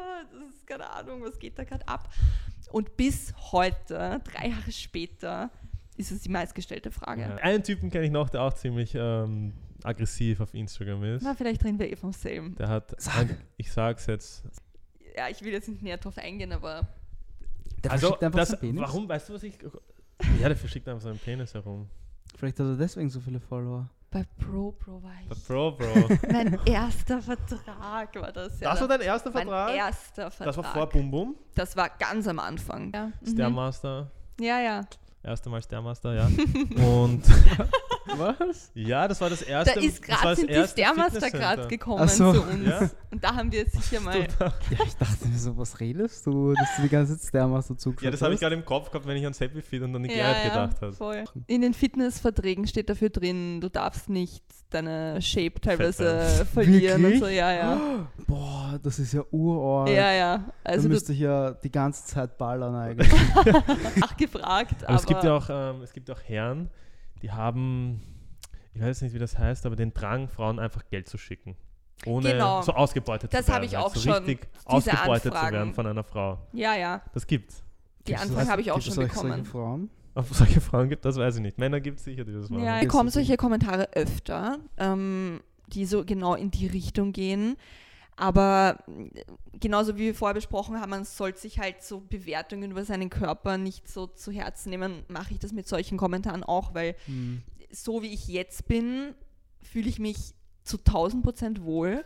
das ist keine Ahnung, was geht da gerade ab? Und bis heute, 3 Jahre später, ist es die meistgestellte Frage. Ja. Einen Typen kenne ich noch, der auch ziemlich aggressiv auf Instagram ist. Na, vielleicht reden wir vom selben. Der hat, ich sag's jetzt. Ja, ich will jetzt nicht näher drauf eingehen, aber... Der verschickt einfach seinen Penis? Warum, weißt du, was ich... Ja, der verschickt einfach seinen Penis herum. Vielleicht hat er deswegen so viele Follower. Bei Bro war ich... Bei Bro. Mein erster Vertrag war das. Ja. Das war dein erster Vertrag? Mein erster Vertrag. Das war vor Bum Bum? Das war ganz am Anfang. Ja. Stairmaster. Ja. Erste Mal Stairmaster, ja. Und... Was? Ja, das war das erste. Da ist gerade die Stairmaster gerade gekommen zu uns. Ja? Und da haben wir jetzt sicher mal... Ja, ich dachte mir so, was redest du? Dass du die ganze Zeit Stairmaster zugeschaut hast. Ja, das habe ich gerade im Kopf gehabt, wenn ich ans Happy Feet und an die Gerrit gedacht habe. Voll. In den Fitnessverträgen steht dafür drin, du darfst nicht deine Shape teilweise verlieren. Wirklich? Und so, ja. Boah, das ist ja uralt. Ja. Also da müsste ich ja die ganze Zeit ballern eigentlich. Ach, gefragt. Aber es gibt ja auch Herren, die haben, ich weiß nicht, wie das heißt, aber den Drang, Frauen einfach Geld zu schicken. Ohne so ausgebeutet zu werden. Das habe ich auch so schon. richtig ausgebeutet zu werden von einer Frau. Ja. Das gibt's. Die Anfragen habe ich auch schon bekommen. Solche Frauen? Ob es solche Frauen gibt, das weiß ich nicht. Männer gibt es sicher, die das machen. Ja, kommen solche Kommentare öfter, die so genau in die Richtung gehen. Aber genauso wie wir vorher besprochen haben, man sollte sich halt so Bewertungen über seinen Körper nicht so zu Herzen nehmen, mache ich das mit solchen Kommentaren auch, weil so wie ich jetzt bin, fühle ich mich zu 1000% wohl.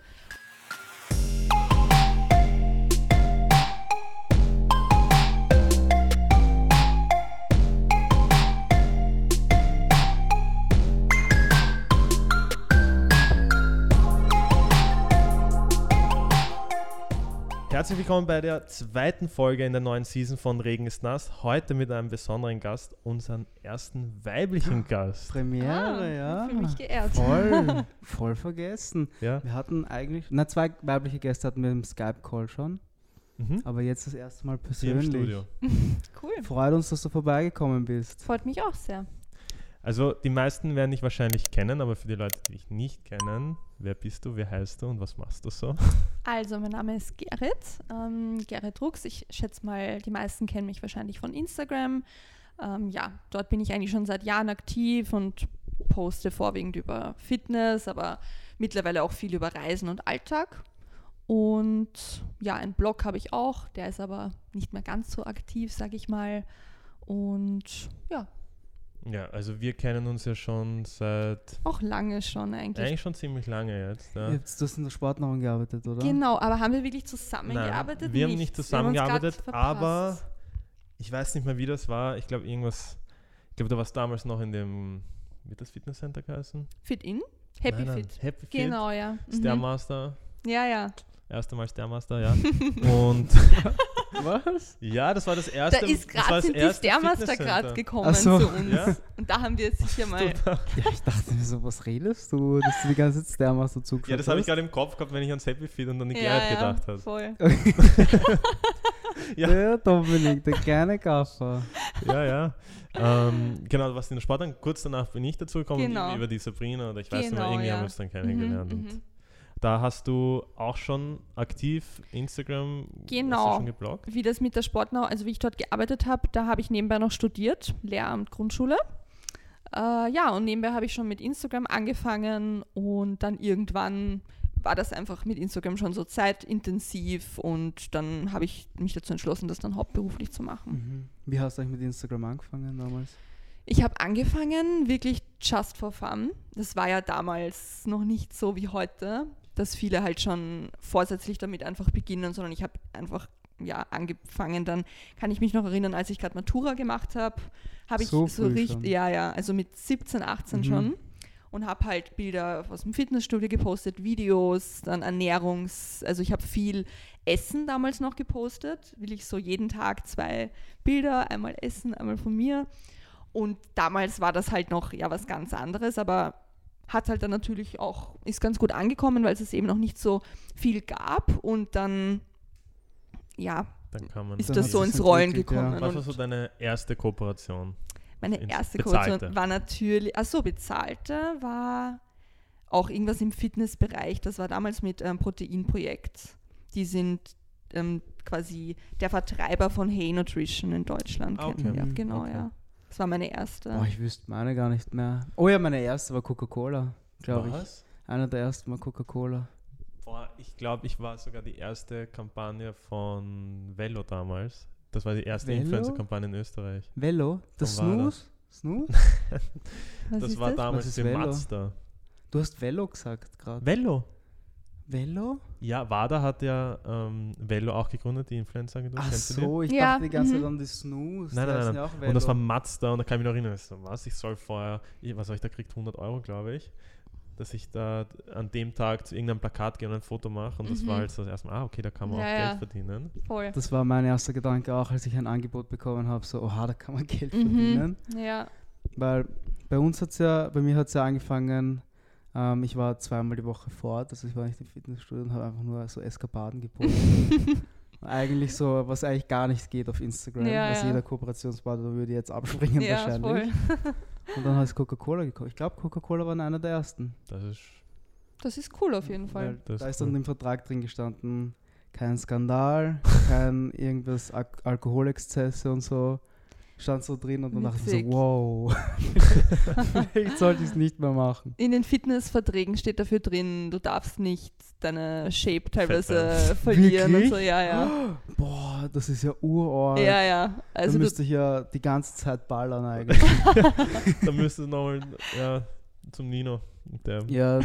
Herzlich willkommen bei der zweiten Folge in der neuen Season von Regen ist nass. Heute mit einem besonderen Gast, unseren ersten weiblichen Gast. Premiere, ja. Ich fühle mich geehrt. Voll vergessen. Ja. Wir hatten eigentlich, 2 weibliche Gäste hatten wir im Skype-Call schon. Aber jetzt das erste Mal persönlich. Hier im Studio. Cool. Freut uns, dass du vorbeigekommen bist. Freut mich auch sehr. Also die meisten werden dich wahrscheinlich kennen, aber für die Leute, die dich nicht kennen, wer bist du, wie heißt du und was machst du so? Also mein Name ist Gerrit, Gerrit Rux. Ich schätze mal, die meisten kennen mich wahrscheinlich von Instagram. Dort bin ich eigentlich schon seit Jahren aktiv und poste vorwiegend über Fitness, aber mittlerweile auch viel über Reisen und Alltag. Und ja, einen Blog habe ich auch, der ist aber nicht mehr ganz so aktiv, sage ich mal. Und ja. Ja, also wir kennen uns ja schon seit... Auch lange schon eigentlich. Eigentlich schon ziemlich lange jetzt. Ja. Du hast in der Sportnahrung gearbeitet, oder? Genau, aber haben wir wirklich zusammengearbeitet? Nein, wir haben nicht zusammengearbeitet, aber ich weiß nicht mehr, wie das war. Ich glaube, du warst damals noch in dem, wird das Fitnesscenter geheißen? Fit In? Happy Fit. Happy Fit. Genau, ja. Stairmaster. Ja. Erste Mal Stairmaster, ja. Und was? Ja, das war das erste. Da ist gerade die Stairmaster gerade gekommen zu uns. Ja? Und da haben wir jetzt sicher mal... Ja, ich dachte mir so, was redest du? Dass du die ganze Zeit Stairmaster zugeschaut hast. Ja, das habe ich gerade im Kopf gehabt, wenn ich ans Happy Feet und an die Gerrit gedacht habe. Voll. Der Dominik, der kleine Gaffer. Ja. Genau, du warst in der Sportart. Kurz danach bin ich dazu gekommen, über die Sabrina oder ich weiß nicht mehr, irgendwie haben wir es dann kennengelernt. Und da hast du auch schon aktiv Instagram, hast du schon gebloggt? Wie das mit der Sportnau, also wie ich dort gearbeitet habe, da habe ich nebenbei noch studiert, Lehramt Grundschule. Und nebenbei habe ich schon mit Instagram angefangen und dann irgendwann war das einfach mit Instagram schon so zeitintensiv und dann habe ich mich dazu entschlossen, das dann hauptberuflich zu machen. Wie hast du eigentlich mit Instagram angefangen damals? Ich habe angefangen wirklich just for fun. Das war ja damals noch nicht so wie heute, dass viele halt schon vorsätzlich damit einfach beginnen, sondern ich habe einfach angefangen. Dann kann ich mich noch erinnern, als ich gerade Matura gemacht habe, habe ich so richtig, also mit 17, 18 schon und habe halt Bilder aus dem Fitnessstudio gepostet, Videos, dann also ich habe viel Essen damals noch gepostet, will ich so jeden Tag 2 Bilder, einmal Essen, einmal von mir. Und damals war das halt noch was ganz anderes, aber hat halt dann natürlich auch, ist ganz gut angekommen, weil es eben noch nicht so viel gab und dann, ist das so ins Rollen gekommen. Ja. Was war so deine erste Kooperation? Meine erste Kooperation war natürlich, bezahlte war auch irgendwas im Fitnessbereich, das war damals mit Proteinprojekt. Die sind quasi der Vertreiber von Hey Nutrition in Deutschland kennengelernt. Genau, okay. Ja. Das war meine erste. Boah, ich wüsste meine gar nicht mehr. Oh ja, meine erste war Coca-Cola, glaube ich. Einer der ersten war Coca-Cola. Boah, ich glaube, ich war sogar die erste Kampagne von Velo damals. Das war die erste Influencer-Kampagne in Österreich. Velo? Das Snooze? Snooze? Das war damals für Mazda. Du hast Velo gesagt gerade. Velo? Ja, Wada hat ja Velo auch gegründet, die Influencer-Agentur. Ach so, ich dachte die ganze Zeit an die Snooze. Nein. Ja und das war Mazda und da kann ich mich noch erinnern, ich soll vorher, was habe ich da gekriegt, 100 Euro, glaube ich, dass ich da an dem Tag zu irgendeinem Plakat gehe und ein Foto mache und das war halt so das erste Mal, okay, da kann man auch Geld verdienen. Voll. Das war mein erster Gedanke auch, als ich ein Angebot bekommen habe, so, oha, da kann man Geld verdienen. Ja. Weil bei mir hat es ja angefangen, ich war 2-mal die Woche fort, also ich war nicht im Fitnessstudio und habe einfach nur so Eskapaden gepostet. Eigentlich so, was eigentlich gar nicht geht auf Instagram. Jeder Kooperationspartner würde jetzt abspringen wahrscheinlich. Voll. Und dann heißt Coca-Cola gekommen. Ich glaube, Coca-Cola war einer der ersten. Das ist cool auf jeden Fall. Da ist dann im Vertrag drin gestanden, kein Skandal, kein irgendwas Alkoholexzesse und so. Stand so drin und dann dachte ich so, wow, vielleicht sollte ich es nicht mehr machen. In den Fitnessverträgen steht dafür drin, du darfst nicht deine Shape teilweise verlieren. Wirklich? Und so, ja. Boah, das ist ja urort. Ja. Also da müsste ich ja die ganze Zeit ballern eigentlich. Da müsstest du nochmal zum Nino. Der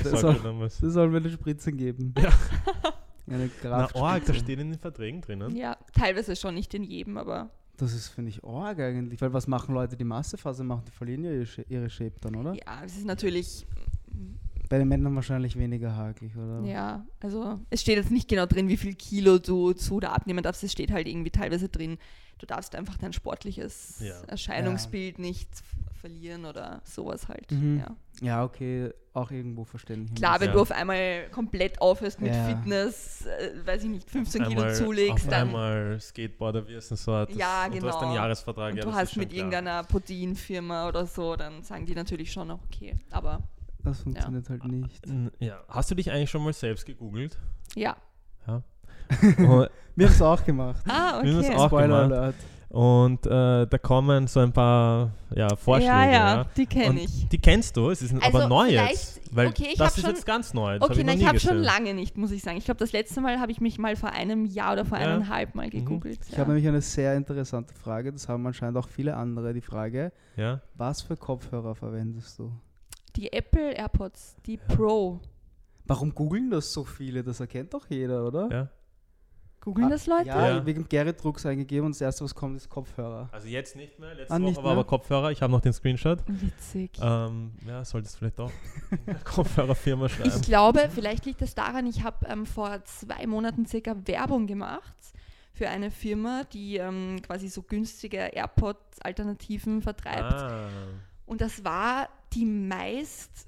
soll mir eine Spritze geben. Ja. Eine Kraftspritze. Da steht in den Verträgen drinnen. Ja, teilweise schon, nicht in jedem, aber... Das ist, finde ich, arg eigentlich, weil was machen Leute, die Massephase machen? Die verlieren ja ihre Shape dann, oder? Ja, es ist natürlich... Bei den Männern wahrscheinlich weniger hakelig, oder? Ja, also es steht jetzt nicht genau drin, wie viel Kilo du zu oder abnehmen darfst. Es steht halt irgendwie teilweise drin, du darfst einfach dein sportliches Erscheinungsbild nicht verlieren oder sowas halt. Ja, okay, auch irgendwo verständlich. Klar, wenn du auf einmal komplett aufhörst mit Fitness, weiß ich nicht, 15 Kilo zulegst, dann... einmal Skateboarder wirst und so. Ja, genau. Und du hast einen Jahresvertrag. Und du hast mit irgendeiner Proteinfirma oder so, dann sagen die natürlich schon, okay, aber... Das funktioniert halt nicht. Ja. Hast du dich eigentlich schon mal selbst gegoogelt? Ja. Wir haben es auch gemacht. Okay. Wir haben es auch Spoiler gemacht. Alert. Und da kommen so ein paar Vorschläge. Ja, die kenne ich. Die kennst du, es ist aber neu jetzt. Weil das ist jetzt ganz neu. Ich habe schon lange nicht, muss ich sagen. Ich glaube, das letzte Mal habe ich mich mal vor einem Jahr oder vor 1,5 Mal gegoogelt. Ich habe nämlich eine sehr interessante Frage, das haben anscheinend auch viele andere, die Frage. Ja? Was für Kopfhörer verwendest du? Die Apple AirPods, die Pro. Warum googeln das so viele? Das erkennt doch jeder, oder? Ja. Googeln das Leute? Ja, wegen Gerrit Drucks eingegeben und das erste, was kommt, ist Kopfhörer. Also jetzt nicht mehr, letzte Woche war aber Kopfhörer. Ich habe noch den Screenshot. Witzig. Solltest vielleicht auch Kopfhörerfirma schreiben. Ich glaube, vielleicht liegt es daran, ich habe vor 2 Monaten circa Werbung gemacht für eine Firma, die quasi so günstige AirPods-Alternativen vertreibt. Und das war die meist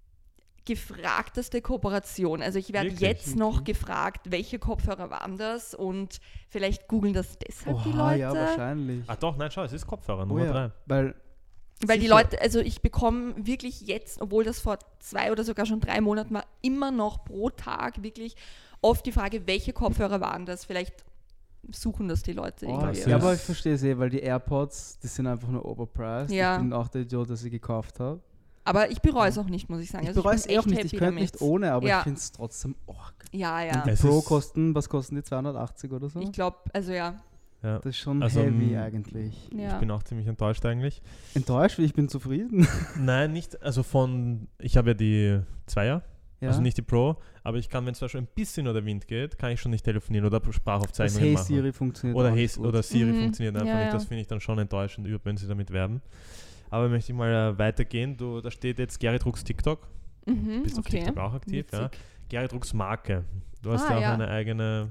gefragteste Kooperation. Also ich werde jetzt noch gefragt, welche Kopfhörer waren das und vielleicht googeln das deshalb die Leute. Ja, wahrscheinlich. Ach doch, nein, schau, es ist Kopfhörer, Nummer 3. Weil die Leute, also ich bekomme wirklich jetzt, obwohl das vor 2 oder sogar schon 3 Monaten war, immer noch pro Tag wirklich oft die Frage, welche Kopfhörer waren das? Vielleicht suchen das die Leute irgendwie. Ja, aber ich verstehe es weil die AirPods, die sind einfach nur overpriced. Ja. Ich bin auch der Idiot, der sie gekauft habe. Aber ich bereue es auch nicht, muss ich sagen. Ich bereue es auch nicht. Ich könnte nicht ohne, aber ich finde es trotzdem arg. Ja. Und die Pro was kosten die? 280 oder so? Ich glaube, also ja. Das ist schon heavy eigentlich. Ja. Ich bin auch ziemlich enttäuscht eigentlich. Enttäuscht? Ich bin zufrieden. Nein, nicht. Also ich habe ja die 2er. Ja. Also nicht die Pro, aber ich kann, wenn es da schon ein bisschen oder Wind geht, kann ich schon nicht telefonieren oder Sprachaufzeichnungen machen. Siri funktioniert oder Siri funktioniert einfach nicht. Das finde ich dann schon enttäuschend, wenn sie damit werben. Aber möchte ich mal weitergehen. Da steht jetzt Gerrit Drucks TikTok. Bist auf TikTok auch aktiv, ja? Gerrit Drucks Marke. Du hast ja auch eine eigene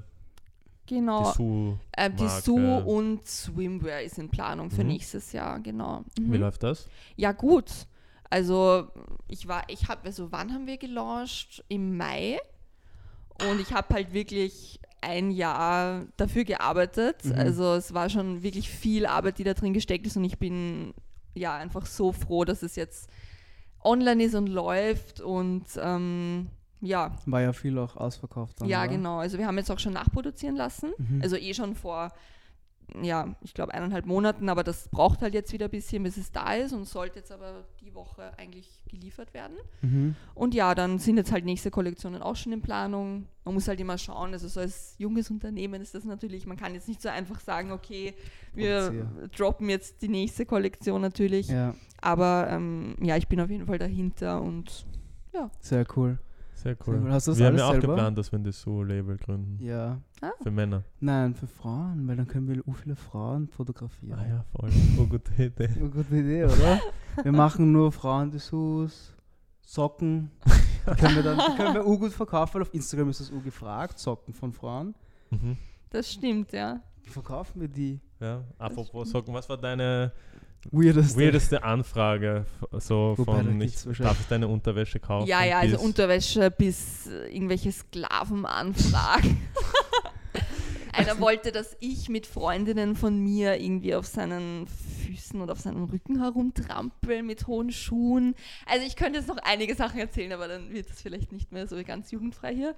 Dessous und Swimwear ist in Planung für nächstes Jahr, genau. Wie läuft das? Ja, gut. Also wann haben wir gelauncht? Im Mai. Und ich habe halt wirklich ein Jahr dafür gearbeitet. Also es war schon wirklich viel Arbeit, die da drin gesteckt ist und ich bin einfach so froh, dass es jetzt online ist und läuft und ja. War ja viel auch ausverkauft dann, Ja, oder? genau. Also wir haben jetzt auch schon nachproduzieren lassen. Also schon vor, ich glaube 1,5 Monaten, aber das braucht halt jetzt wieder ein bisschen, bis es da ist und sollte jetzt aber die Woche eigentlich geliefert werden. Und ja, dann sind jetzt halt nächste Kollektionen auch schon in Planung. Man muss halt immer schauen, also so als junges Unternehmen ist das natürlich, man kann jetzt nicht so einfach sagen, okay, wir droppen jetzt die nächste Kollektion natürlich. Ja. Aber ich bin auf jeden Fall dahinter und ja. Sehr cool. Sehr cool. Hast du das wir haben alles ja auch selber? geplant, dass wir ein Dessous-Label gründen. Ja. Für Männer. Nein, für Frauen, weil dann können wir viele Frauen fotografieren. Ah ja, voll. Oh, gute Idee. Eine gute Idee, oder? Wir machen nur Frauen-Dessous, Socken. Die können wir gut verkaufen, weil auf Instagram ist das gefragt, Socken von Frauen. Das stimmt, ja. Wie verkaufen wir die? Ja, apropos Socken, was war deine Weirdeste Anfrage? So Wobei, von, darf ich deine Unterwäsche kaufen? Ja, also Unterwäsche bis irgendwelche Sklavenanfragen. Einer wollte, dass ich mit Freundinnen von mir irgendwie auf seinen Füßen oder auf seinem Rücken herumtrampel mit hohen Schuhen. Also ich könnte jetzt noch einige Sachen erzählen, aber dann wird es vielleicht nicht mehr so ganz jugendfrei hier.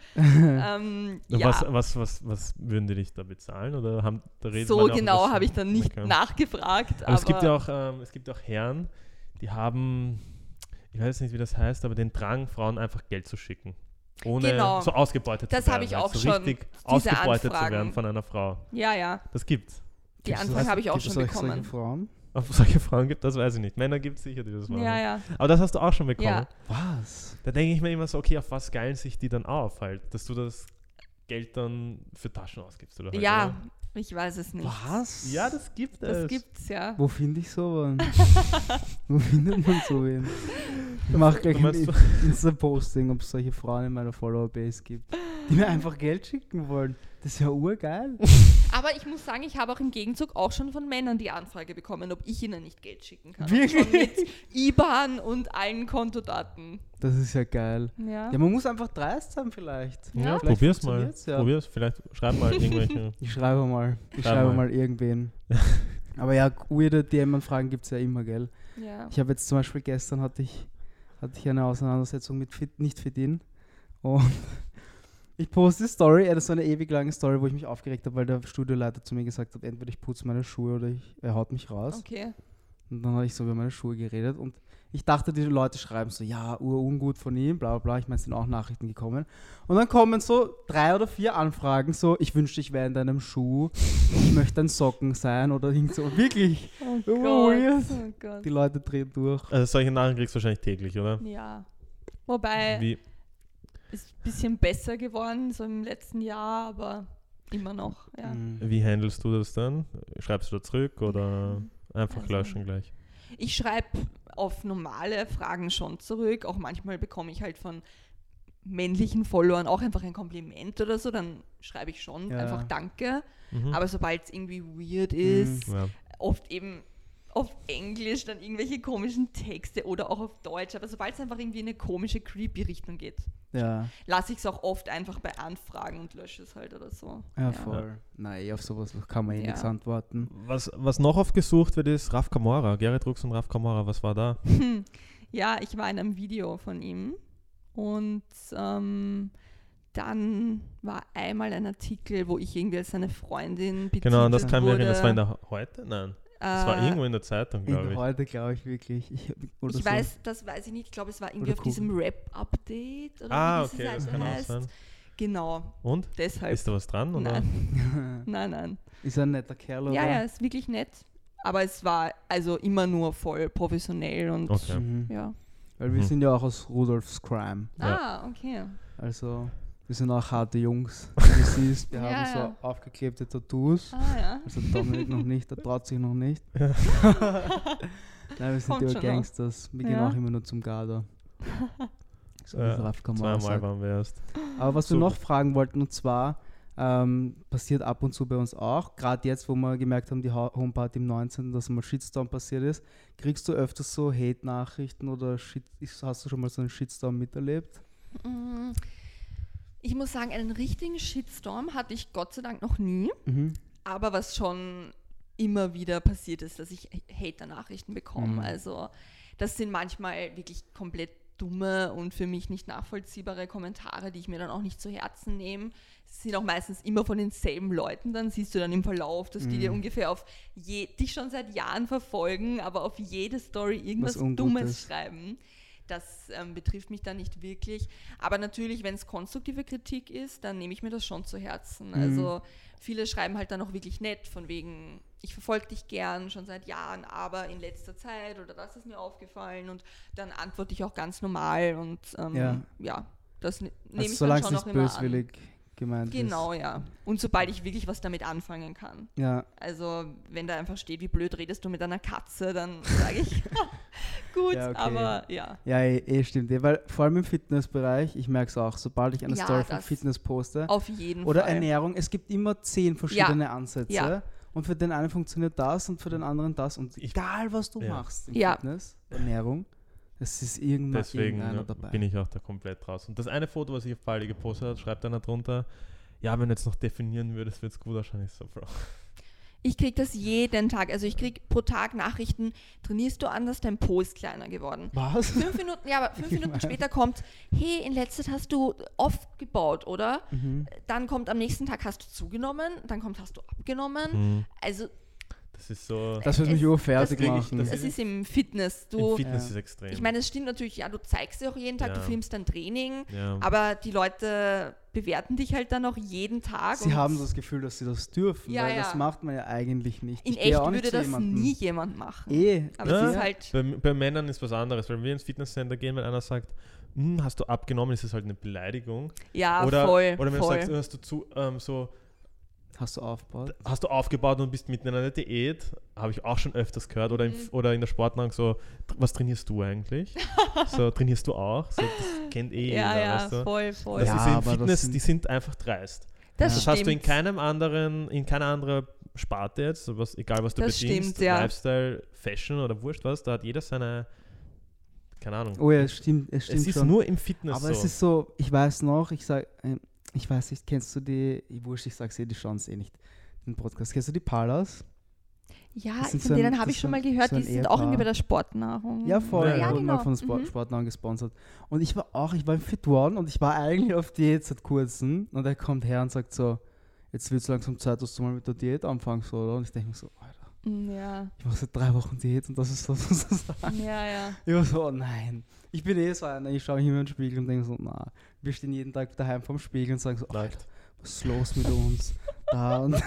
Was würden die dich da bezahlen? Oder so genau habe ich dann nicht nachgefragt. Aber es gibt ja auch Herren, die haben, ich weiß nicht, wie das heißt, aber den Drang, Frauen einfach Geld zu schicken. Ohne so ausgebeutet zu werden. Das habe ich auch so schon. Richtig ausgebeutet zu werden von einer Frau. Ja. Das gibt's. Die Anfragen habe ich auch schon bekommen. Solche Frauen? Ob es solche Frauen gibt, das weiß ich nicht. Männer gibt es sicher, die das machen. Ja. Aber das hast du auch schon bekommen. Ja. Was? Da denke ich mir immer so, okay, auf was geilen sich die dann auf halt? Dass du das Geld dann für Taschen ausgibst, oder? Ja, oder? Ich weiß es nicht. Was? Ja, das gibt es. Das gibt's, ja. Wo finde ich sowas? Wo findet man so wen? Ich mache gleich ein Insta-Posting, ob es solche Frauen in meiner Follower-Base gibt, die mir einfach Geld schicken wollen. Das ist ja urgeil. Aber ich muss sagen, ich habe auch im Gegenzug auch schon von Männern die Anfrage bekommen, ob ich ihnen nicht Geld schicken kann. Wirklich? Schon mit IBAN und allen Kontodaten. Das ist ja geil. Ja, man muss einfach dreist sein vielleicht. Ja, vielleicht probier's mal. Ja. Probier's. Vielleicht schreib mal irgendwelche. Ich schreibe mal irgendwen. Aber ja, weirde DM-Anfragen gibt es ja immer, gell? Ja. Ich habe jetzt zum Beispiel gestern hatte ich eine Auseinandersetzung mit Nicht-Fit-In und ich poste die Story, das ist so eine ewig lange Story, wo ich mich aufgeregt habe, weil der Studioleiter zu mir gesagt hat, entweder ich putze meine Schuhe oder er haut mich raus. Okay. Und dann habe ich so über meine Schuhe geredet und ich dachte, die Leute schreiben so, ja, ungut von ihm, bla bla bla. Ich meine, es sind auch Nachrichten gekommen. Und dann kommen so 3 oder 4 Anfragen, so, ich wünschte, ich wäre in deinem Schuh, ich möchte ein Socken sein oder irgend so. Wirklich. Oh Gott. Die Leute drehen durch. Also solche Nachrichten kriegst du wahrscheinlich täglich, oder? Ja. Wobei, ist ein bisschen besser geworden, so im letzten Jahr, aber immer noch, ja. Wie handelst du das dann? Schreibst du da zurück oder einfach löschen gleich? Ich schreibe auf normale Fragen schon zurück. Auch manchmal bekomme ich halt von männlichen Followern auch einfach ein Kompliment oder so. Dann schreibe ich schon einfach Danke. Aber sobald es irgendwie weird ist, oft eben auf Englisch dann irgendwelche komischen Texte oder auch auf Deutsch. Aber sobald es einfach irgendwie in eine komische, creepy Richtung geht, lasse ich es auch oft einfach bei Anfragen und lösche es halt oder so. Ja, voll. Nein, auf sowas kann man nichts antworten. Was noch oft gesucht wird, ist Raf Camora. Gerrit Rux und Raf Camora, was war da? Ja, ich war in einem Video von ihm und dann war einmal ein Artikel, wo ich irgendwie als seine Freundin betitelt Genau, und das kam mir wurde. erinnern, das war in der Heute? Nein. Das war irgendwo in der Zeitung, glaube ich. Heute glaube ich wirklich. Das weiß ich nicht. Ich glaube, es war irgendwie auf diesem Rap-Update. Oder okay, das kann auch sein. Genau. Und? Deshalb. Ist da was dran? Oder? Nein. Ist er ein netter Kerl, oder? Ja, ist wirklich nett. Aber es war also immer nur voll professionell und ja. Weil wir sind ja auch aus Rudolfs Crime. Okay. Also, wir sind auch harte Jungs, wie du siehst. Wir haben so aufgeklebte Tattoos. Also Dominik noch nicht, der traut sich noch nicht. Nein, wir sind ja Gangsters. Wir gehen auch immer nur zum Garda. So zweimal waren wir erst. Aber was wir noch fragen wollten, und zwar passiert ab und zu bei uns auch, gerade jetzt, wo wir gemerkt haben, die Homeparty im 19., dass mal Shitstorm passiert ist, kriegst du öfters so Hate-Nachrichten oder hast du schon mal so einen Shitstorm miterlebt? Ich muss sagen, einen richtigen Shitstorm hatte ich Gott sei Dank noch nie. Aber was schon immer wieder passiert ist, dass ich Hater-Nachrichten bekomme. Also das sind manchmal wirklich komplett dumme und für mich nicht nachvollziehbare Kommentare, die ich mir dann auch nicht zu Herzen nehme. Es sind auch meistens immer von denselben Leuten, dann siehst du dann im Verlauf, dass die dir ungefähr dich schon seit Jahren verfolgen, aber auf jede Story irgendwas Dummes schreiben. Das betrifft mich dann nicht wirklich. Aber natürlich, wenn es konstruktive Kritik ist, dann nehme ich mir das schon zu Herzen. Also viele schreiben halt dann auch wirklich nett, von wegen, ich verfolge dich gern schon seit Jahren, aber in letzter Zeit oder das ist mir aufgefallen und dann antworte ich auch ganz normal und das nehme ich dann schon auch immer böswillig gemeint genau, ist. Ja. Und sobald ich wirklich was damit anfangen kann. Ja. Also, wenn da einfach steht, wie blöd redest du mit einer Katze, dann sage ich, gut, ja, okay. Aber ja. Ja, stimmt. Weil vor allem im Fitnessbereich, ich merke es auch, sobald ich eine Story von Fitness poste auf jeden oder Fall. Ernährung, es gibt immer 10 verschiedene Ansätze. Ja. Und für den einen funktioniert das und für den anderen das. Und egal, was du machst im Fitness, Ernährung, es ist irgendeiner dabei. Deswegen bin ich auch da komplett raus. Und das eine Foto, was ich auf Baldi gepostet habe, schreibt einer drunter, ja, wenn du jetzt noch definieren würdest, wird es gut ausschauen. Ich so, Bro. Ich kriege das jeden Tag. Also ich kriege pro Tag Nachrichten, trainierst du anders, dein Po ist kleiner geworden. Was? 5 Minuten später kommt, hey, in letzter Zeit hast du aufgebaut, oder? Dann kommt am nächsten Tag, hast du zugenommen, dann kommt, hast du abgenommen. Also das ist so. Das wird mich fertig machen. Es ist im Fitness. Im Fitness ist extrem. Ich meine, es stimmt natürlich, ja, du zeigst dir auch jeden Tag, du filmst dein Training, aber die Leute bewerten dich halt dann auch jeden Tag. Sie haben das Gefühl, dass sie das dürfen, weil das macht man ja eigentlich nicht. In echt würde das nie jemand machen. Aber es ist halt bei Männern ist was anderes, weil wir ins Fitnesscenter gehen, wenn einer sagt, hast du abgenommen, ist es halt eine Beleidigung. Ja, oder, voll. Oder wenn du sagst, hast du hast du aufgebaut? Hast du aufgebaut und bist mitten in einer Diät? Habe ich auch schon öfters gehört. Oder in der Sportnahrung so, was trainierst du eigentlich? So, trainierst du auch? So, das kennt jeder, weißt du? Voll. Das ist im Fitness, die sind einfach dreist. Das hast du in keiner anderen Sparte jetzt, egal was du bedienst, Lifestyle, Fashion oder wurscht was, da hat jeder seine, keine Ahnung. Oh ja, es stimmt es ist schon. Nur im Fitness aber es ist so, ich weiß noch, ich weiß nicht, kennst du die, ich sag's dir, die schauen es nicht, den Podcast. Kennst du die Palas? Ja, von denen habe ich schon mal gehört, die sind auch irgendwie bei der Sportnahrung. Ja, voll. Ja, wurden mal von der Sportnahrung gesponsert. Und ich war im Fit One und ich war eigentlich auf Diät seit kurzem und er kommt her und sagt so, jetzt wird es langsam Zeit, dass du mal mit der Diät anfängst, oder? Und ich denke mir so, Alter, ich mache seit 3 Wochen Diät und das ist das, was du sagst. Ja. Ich war so, oh nein. Ich bin so einer, ich schaue mich immer in den Spiegel und denke so, na, wir stehen jeden Tag daheim vorm Spiegel und sagen so, Alter, was ist los mit uns? Da und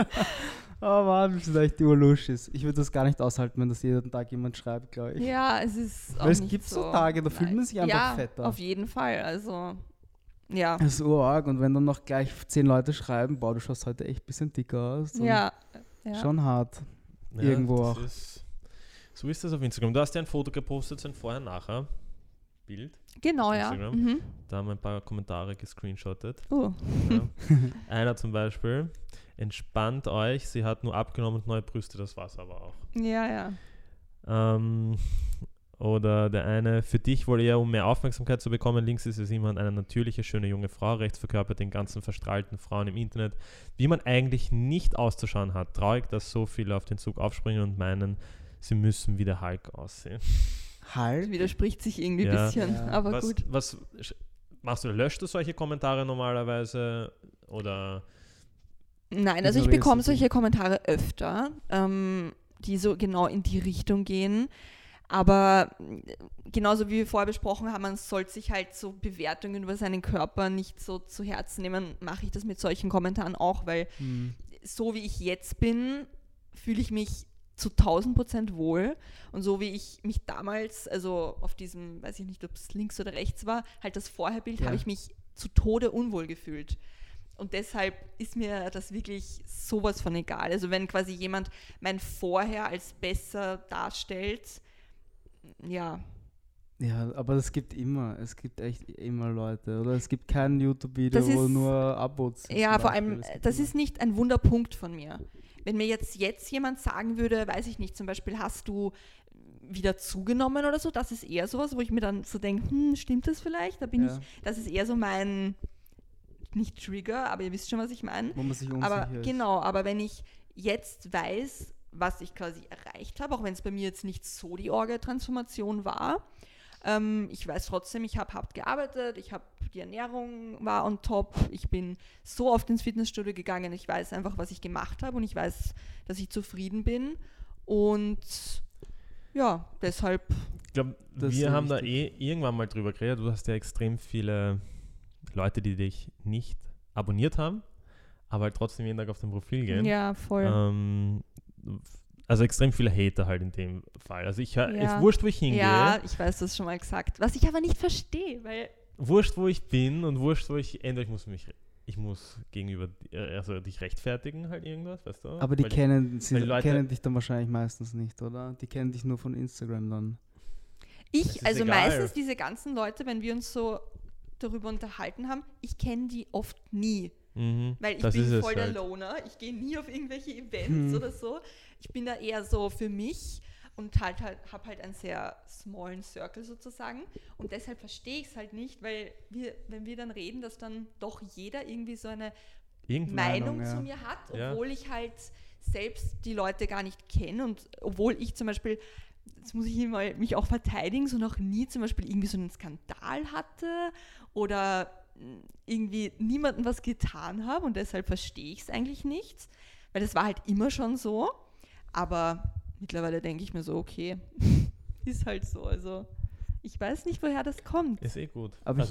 oh Mann, wir sind echt die Urluschis. Ich würde das gar nicht aushalten, wenn das jeden Tag jemand schreibt, glaube ich. Ja, es ist auch weil es nicht gibt so Tage, da fühlt man sich einfach fetter. Auf jeden Fall, also ja. Das ist urarg und wenn dann noch gleich 10 Leute schreiben, boah, du schaust heute echt ein bisschen dicker aus. Ja. Schon hart. Ja, irgendwo auch. So ist das auf Instagram. Du hast ja ein Foto gepostet, so ein Vorher-Nachher Bild. Genau, ja. Da haben wir ein paar Kommentare gescreenshottet. Ja. Einer zum Beispiel, entspannt euch, sie hat nur abgenommen und neue Brüste, das war's aber auch. Ja. Oder der eine, für dich wohl eher, um mehr Aufmerksamkeit zu bekommen, links ist es jemand, eine natürliche, schöne junge Frau, rechts verkörpert den ganzen verstrahlten Frauen im Internet, wie man eigentlich nicht auszuschauen hat. Traurig, dass so viele auf den Zug aufspringen und meinen, sie müssen wie der Hulk aussehen. Hulk? Das widerspricht sich irgendwie ein bisschen, aber gut. Was machst du? Löscht du solche Kommentare normalerweise oder? Nein, also ich bekomme solche Kommentare öfter, die so genau in die Richtung gehen. Aber genauso wie wir vorher besprochen haben, man sollte sich halt so Bewertungen über seinen Körper nicht so zu Herzen nehmen, mache ich das mit solchen Kommentaren auch, weil so wie ich jetzt bin, fühle ich mich zu 1000% wohl. Und so wie ich mich damals, also auf diesem, weiß ich nicht, ob es links oder rechts war, halt das Vorherbild, habe ich mich zu Tode unwohl gefühlt. Und deshalb ist mir das wirklich sowas von egal. Also wenn quasi jemand mein Vorher als besser darstellt, ja. Ja, aber es gibt echt immer Leute, oder? Es gibt kein YouTube-Video, wo nur Abos sind. Ja, vor allem, das ist nicht ein Wunderpunkt von mir. Wenn mir jetzt jemand sagen würde, weiß ich nicht, zum Beispiel, hast du wieder zugenommen oder so, das ist eher sowas, wo ich mir dann so denke, stimmt das vielleicht? Das ist eher so mein, nicht Trigger, aber ihr wisst schon, was ich meine. Wo man sich unsicher ist. Genau, aber wenn ich jetzt weiß, was ich quasi erreicht habe, auch wenn es bei mir jetzt nicht so die Orga-Transformation war, Ich weiß trotzdem, ich habe hart gearbeitet, die Ernährung war on top, ich bin so oft ins Fitnessstudio gegangen, ich weiß einfach, was ich gemacht habe und ich weiß, dass ich zufrieden bin und ja, deshalb... Ich glaube, wir haben da irgendwann mal drüber geredet, du hast ja extrem viele Leute, die dich nicht abonniert haben, aber halt trotzdem jeden Tag auf dein Profil gehen. Ja, voll. Also extrem viele Hater halt in dem Fall. Also es ist wurscht, wo ich hingehe. Ja, ich weiß das schon mal gesagt. Was ich aber nicht verstehe, weil... Wurscht, wo ich bin und wurscht, wo ich... Entweder ich muss gegenüber, also dich rechtfertigen halt irgendwas, weißt du? Aber die kennen dich dann wahrscheinlich meistens nicht, oder? Die kennen dich nur von Instagram dann. Also meistens diese ganzen Leute, wenn wir uns so darüber unterhalten haben, ich kenne die oft nie. Weil ich bin voll der Loner. Ich gehe nie auf irgendwelche Events oder so. Ich bin da eher so für mich und habe halt einen sehr smallen Circle sozusagen. Und deshalb verstehe ich es halt nicht, weil wenn wir dann reden, dass dann doch jeder irgendwie so eine Meinung zu mir hat, obwohl ich halt selbst die Leute gar nicht kenne und obwohl ich zum Beispiel, jetzt muss ich mich auch verteidigen, so noch nie zum Beispiel irgendwie so einen Skandal hatte oder irgendwie niemandem was getan habe und deshalb verstehe ich es eigentlich nicht, weil das war halt immer schon so, aber mittlerweile denke ich mir so, okay, ist halt so, also ich weiß nicht, woher das kommt. Ist gut. Aber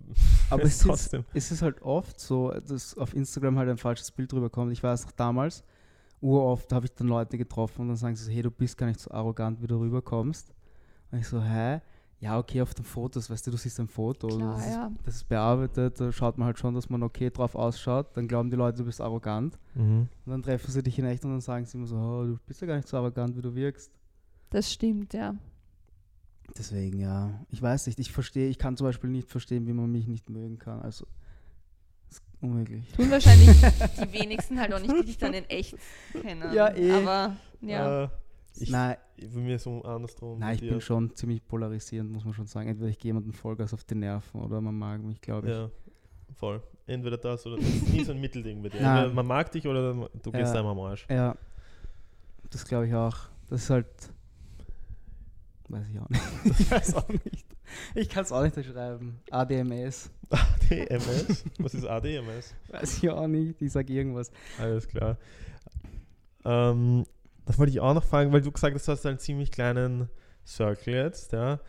es ist halt oft so, dass auf Instagram halt ein falsches Bild drüber kommt. Ich weiß noch damals, uroft habe ich dann Leute getroffen und dann sagen sie so, hey, du bist gar nicht so arrogant, wie du rüberkommst. Und ich so, hä? Ja, okay, auf den Fotos, weißt du siehst ein Foto, klar, das ist bearbeitet, da schaut man halt schon, dass man okay drauf ausschaut, dann glauben die Leute, du bist arrogant. Und dann treffen sie dich in echt und dann sagen sie immer so, oh, du bist ja gar nicht so arrogant, wie du wirkst. Das stimmt, ja. Deswegen, ja, ich weiß nicht, ich kann zum Beispiel nicht verstehen, wie man mich nicht mögen kann, also, das ist unmöglich. Tun wahrscheinlich die wenigsten halt auch nicht, die dich dann in echt kennen. Ja, aber, ja. Nein, bei mir so andersrum. Nein, ich bin schon ziemlich polarisierend, muss man schon sagen. Entweder ich gehe jemanden Vollgas auf die Nerven oder man mag mich, glaube ich. Ja, voll. Entweder das oder das ist nie so ein Mittelding bei dir. Entweder man mag dich oder du gehst einmal am Arsch. Ja, das glaube ich auch. Das ist halt, weiß ich auch nicht. Ich weiß auch nicht. Ich kann es auch nicht beschreiben. ADMS. ADMS? Was ist ADMS? Weiß ich auch nicht. Ich sage irgendwas. Alles klar. Das wollte ich auch noch fragen, weil du gesagt hast, du hast einen ziemlich kleinen Circle jetzt, ja.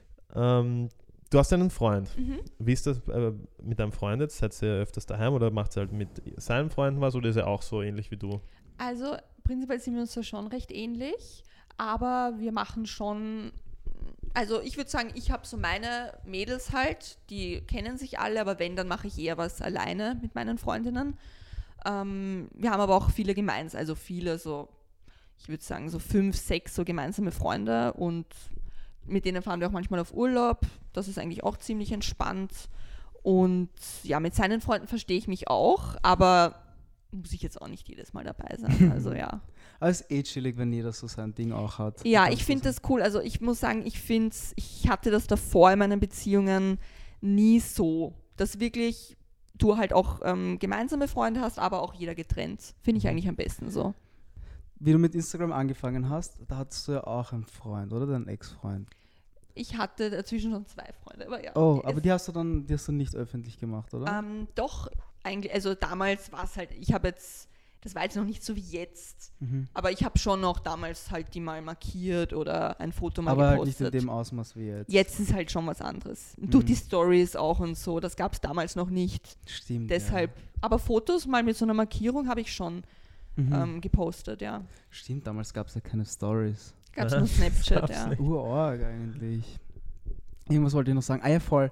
Du hast einen Freund. Wie ist das mit deinem Freund jetzt? Seid ihr öfters daheim oder macht ihr halt mit seinen Freunden was oder ist er auch so ähnlich wie du? Also prinzipiell sind wir uns da schon recht ähnlich, aber wir machen schon, also ich würde sagen, ich habe so meine Mädels halt, die kennen sich alle, aber wenn, dann mache ich eher was alleine mit meinen Freundinnen. Wir haben aber auch viele gemeinsam, also viele so, ich würde sagen, so 5, 6 so gemeinsame Freunde und mit denen fahren wir auch manchmal auf Urlaub. Das ist eigentlich auch ziemlich entspannt. Und ja, mit seinen Freunden verstehe ich mich auch, aber muss ich jetzt auch nicht jedes Mal dabei sein. Also ja. Aber es ist chillig, wenn jeder so sein Ding auch hat. Ja, ich finde das cool. Also ich muss sagen, ich hatte das davor in meinen Beziehungen nie so, dass wirklich du halt auch gemeinsame Freunde hast, aber auch jeder getrennt. Finde ich eigentlich am besten so. Wie du mit Instagram angefangen hast, da hattest du ja auch einen Freund, oder? Deinen Ex-Freund. Ich hatte dazwischen schon 2 Freunde, aber ja. Oh, aber die hast du nicht öffentlich gemacht, oder? Doch, eigentlich, also damals war es halt, das war jetzt noch nicht so wie jetzt, aber ich habe schon noch damals halt die mal markiert oder ein Foto mal gepostet. Aber halt nicht in dem Ausmaß wie jetzt. Jetzt ist halt schon was anderes. Durch die Stories auch und so, das gab es damals noch nicht. Stimmt, deshalb, ja. Aber Fotos mal mit so einer Markierung habe ich schon gepostet, ja. Stimmt, damals gab es ja keine Stories. Gab es nur Snapchat, ja. Urorg eigentlich. Irgendwas wollte ich noch sagen. Ah ja, voll.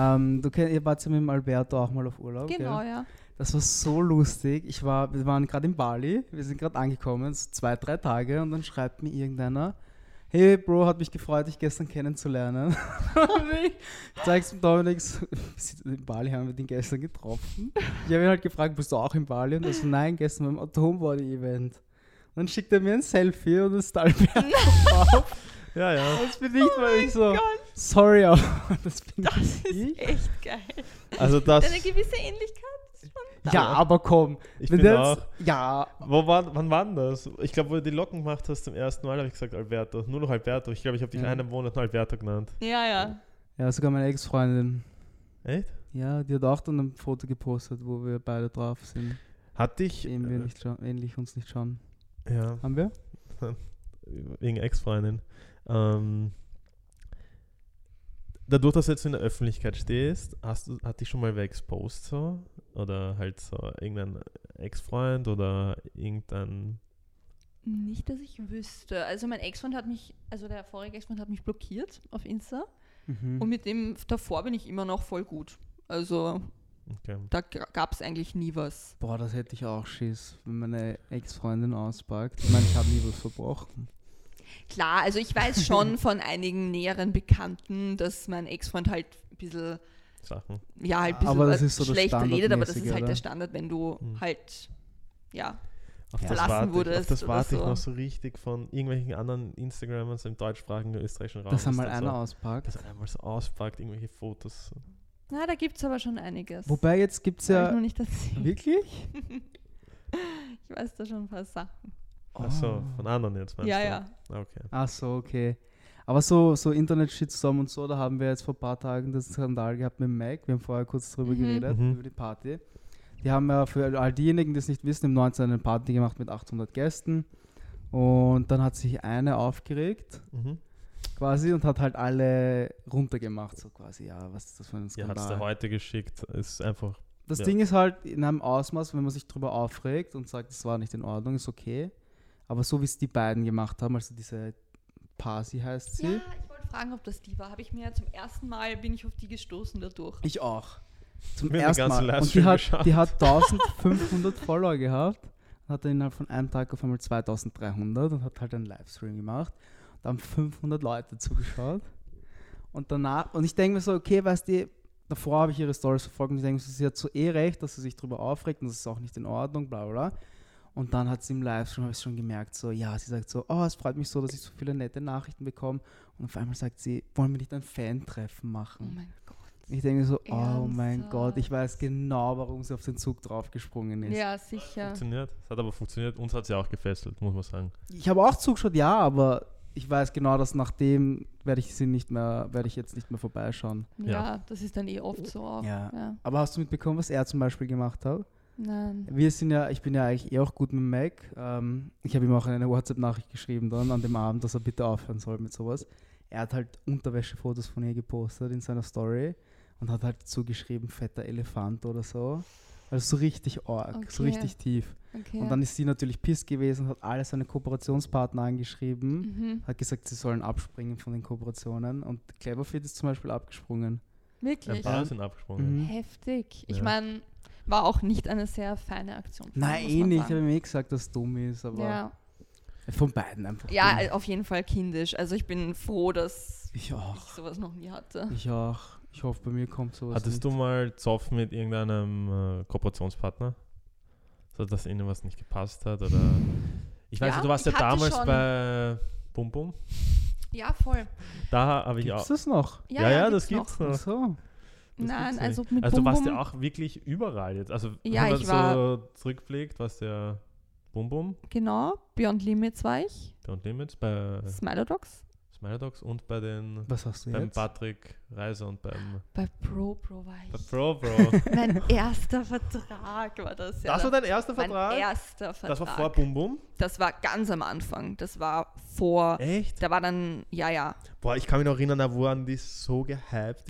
Ihr wart ja mit dem Alberto auch mal auf Urlaub. Genau, gell? Ja. Das war so lustig. Wir waren gerade in Bali, wir sind gerade angekommen, so 2, 3 Tage und dann schreibt mir irgendeiner, hey Bro, hat mich gefreut, dich gestern kennenzulernen. Ich zeig's dem Dominik, in Bali haben wir den gestern getroffen. Ich habe ihn halt gefragt, bist du auch in Bali? Und er so, nein, gestern beim Atombody-Event. Und dann schickt er mir ein Selfie und das ist Alberto drauf. Ja. Das bin ich, weil ich so, sorry, aber das bin ich. Das ist echt geil. Also das... Eine gewisse Ähnlichkeit? Ja, aber komm. Ich bin auch. Ja. Wann war denn das? Ich glaube, wo du die Locken gemacht hast zum ersten Mal, habe ich gesagt Alberto. Nur noch Alberto. Ich glaube, ich habe dich einen Monat noch Alberto genannt. Ja. Ja, sogar meine Ex-Freundin. Echt? Ja, die hat auch dann ein Foto gepostet, wo wir beide drauf sind. Hatte ich... Ähnlich uns nicht schauen. Ja. Haben wir? Wegen Ex-Freundin. Dadurch, dass du jetzt in der Öffentlichkeit stehst, hat dich schon mal wer exposed so? Oder halt so irgendein Ex-Freund oder irgendein... Nicht, dass ich wüsste. Also der vorige Ex-Freund hat mich blockiert auf Insta. Und mit dem davor bin ich immer noch voll gut. Also da gab es eigentlich nie was. Boah, das hätte ich auch Schiss, wenn meine Ex-Freundin auspackt. Ich meine, ich habe nie was verbrochen. Klar, also ich weiß schon von einigen näheren Bekannten, dass mein Ex-Freund halt ein bisschen Sachen. Ja, halt ein bisschen so schlecht redet, aber das ist halt der Standard, wenn du halt, verlassen wurdest. Auf das warte ich noch so richtig von irgendwelchen anderen Instagramern im deutschsprachigen österreichischen Raum. Dass einmal einer auspackt. Dass er einmal so auspackt, irgendwelche Fotos. Na, da gibt es aber schon einiges. Wobei jetzt gibt es ja... Ich noch nicht erzählt. Wirklich? Ich weiß da schon ein paar Sachen. Achso, von anderen jetzt meinst du? Ja. Okay. Achso, okay. Aber so Internet-Shitstorm und so, da haben wir jetzt vor ein paar Tagen das Skandal gehabt mit Mac. Wir haben vorher kurz drüber geredet, über die Party. Die haben ja für all diejenigen, die es nicht wissen, im 19. eine Party gemacht mit 800 Gästen. Und dann hat sich eine aufgeregt, quasi, und hat halt alle runtergemacht. So quasi, ja, was ist das für ein Skandal? Ja, hat es dir heute geschickt. Ist einfach... Das Ding ist halt in einem Ausmaß, wenn man sich drüber aufregt und sagt, das war nicht in Ordnung, ist okay. Aber so wie es die beiden gemacht haben, also diese Pasi heißt sie. Ja, ich wollte fragen, ob das die war. Habe ich mir zum ersten Mal, bin ich auf die gestoßen dadurch. Ich auch. Zum ersten Mal. Und die hat 1500 Follower gehabt. Und hat dann innerhalb von einem Tag auf einmal 2300 und hat halt einen Livestream gemacht. Da haben 500 Leute zugeschaut. Und danach, und ich denke mir so, okay, weißt du, davor habe ich ihre Stories verfolgt und ich denke mir so, sie hat so recht, dass sie sich drüber aufregt und das ist auch nicht in Ordnung, bla bla. Und dann hat sie im Livestream, habe ich schon gemerkt, so, ja, sie sagt so, es freut mich so, dass ich so viele nette Nachrichten bekomme. Und auf einmal sagt sie, wollen wir nicht ein Fan-Treffen machen? Oh mein Gott. Ich denke so, Ernsthaft? Oh mein Gott, ich weiß genau, warum sie auf den Zug draufgesprungen ist. Ja, sicher. Funktioniert. Es hat aber funktioniert. Uns hat sie auch gefesselt, muss man sagen. Ich habe auch zugeschaut, ja, aber ich weiß genau, dass nachdem werde ich jetzt nicht mehr vorbeischauen. Ja, das ist dann oft so auch. Ja. Aber hast du mitbekommen, was er zum Beispiel gemacht hat? Nein. Ich bin ja eigentlich auch gut mit Mac. Ich habe ihm auch eine WhatsApp-Nachricht geschrieben dann an dem Abend, dass er bitte aufhören soll mit sowas. Er hat halt Unterwäschefotos von ihr gepostet in seiner Story und hat halt zugeschrieben, fetter Elefant oder so. Also so richtig arg, so richtig tief. Okay. Und dann ist sie natürlich piss gewesen, hat alle seine Kooperationspartner angeschrieben, hat gesagt, sie sollen abspringen von den Kooperationen und Cleverfit ist zum Beispiel abgesprungen. Wirklich? Ein paar sind abgesprungen. Heftig. Ich meine, war auch nicht eine sehr feine Aktion. Nein, nicht. Ich habe mir gesagt, dass es dumm ist, aber von beiden einfach. Ja, dumm. Auf jeden Fall kindisch. Also ich bin froh, dass ich sowas noch nie hatte. Ich auch. Ich hoffe, bei mir kommt sowas. Hattest du mal Zoff mit irgendeinem Kooperationspartner? So, dass ihnen was nicht gepasst hat? Oder ich weiß nicht, du warst ja damals bei Bum Bum. Ja, voll. Da habe ich auch. Gibt's das noch? Ja, das gibt's noch. Ach so. Nein, also mit Also Bum du warst Bum, ja auch wirklich überall jetzt. Also ja, wenn man so zurückblickt, warst du ja Bum Bum. Genau, Beyond Limits war ich. Beyond Limits bei Smilodogs und bei den Was hast du beim jetzt? Patrick Reiser und bei Pro war ich. Bei Pro. Mein erster Vertrag war das. Ja, das war dein erster Vertrag? Mein erster Vertrag. Das war vor Bum Bum? Das war ganz am Anfang. Das war vor... Echt? Da war dann, ja. Boah, ich kann mich noch erinnern, da wurden die so gehypt.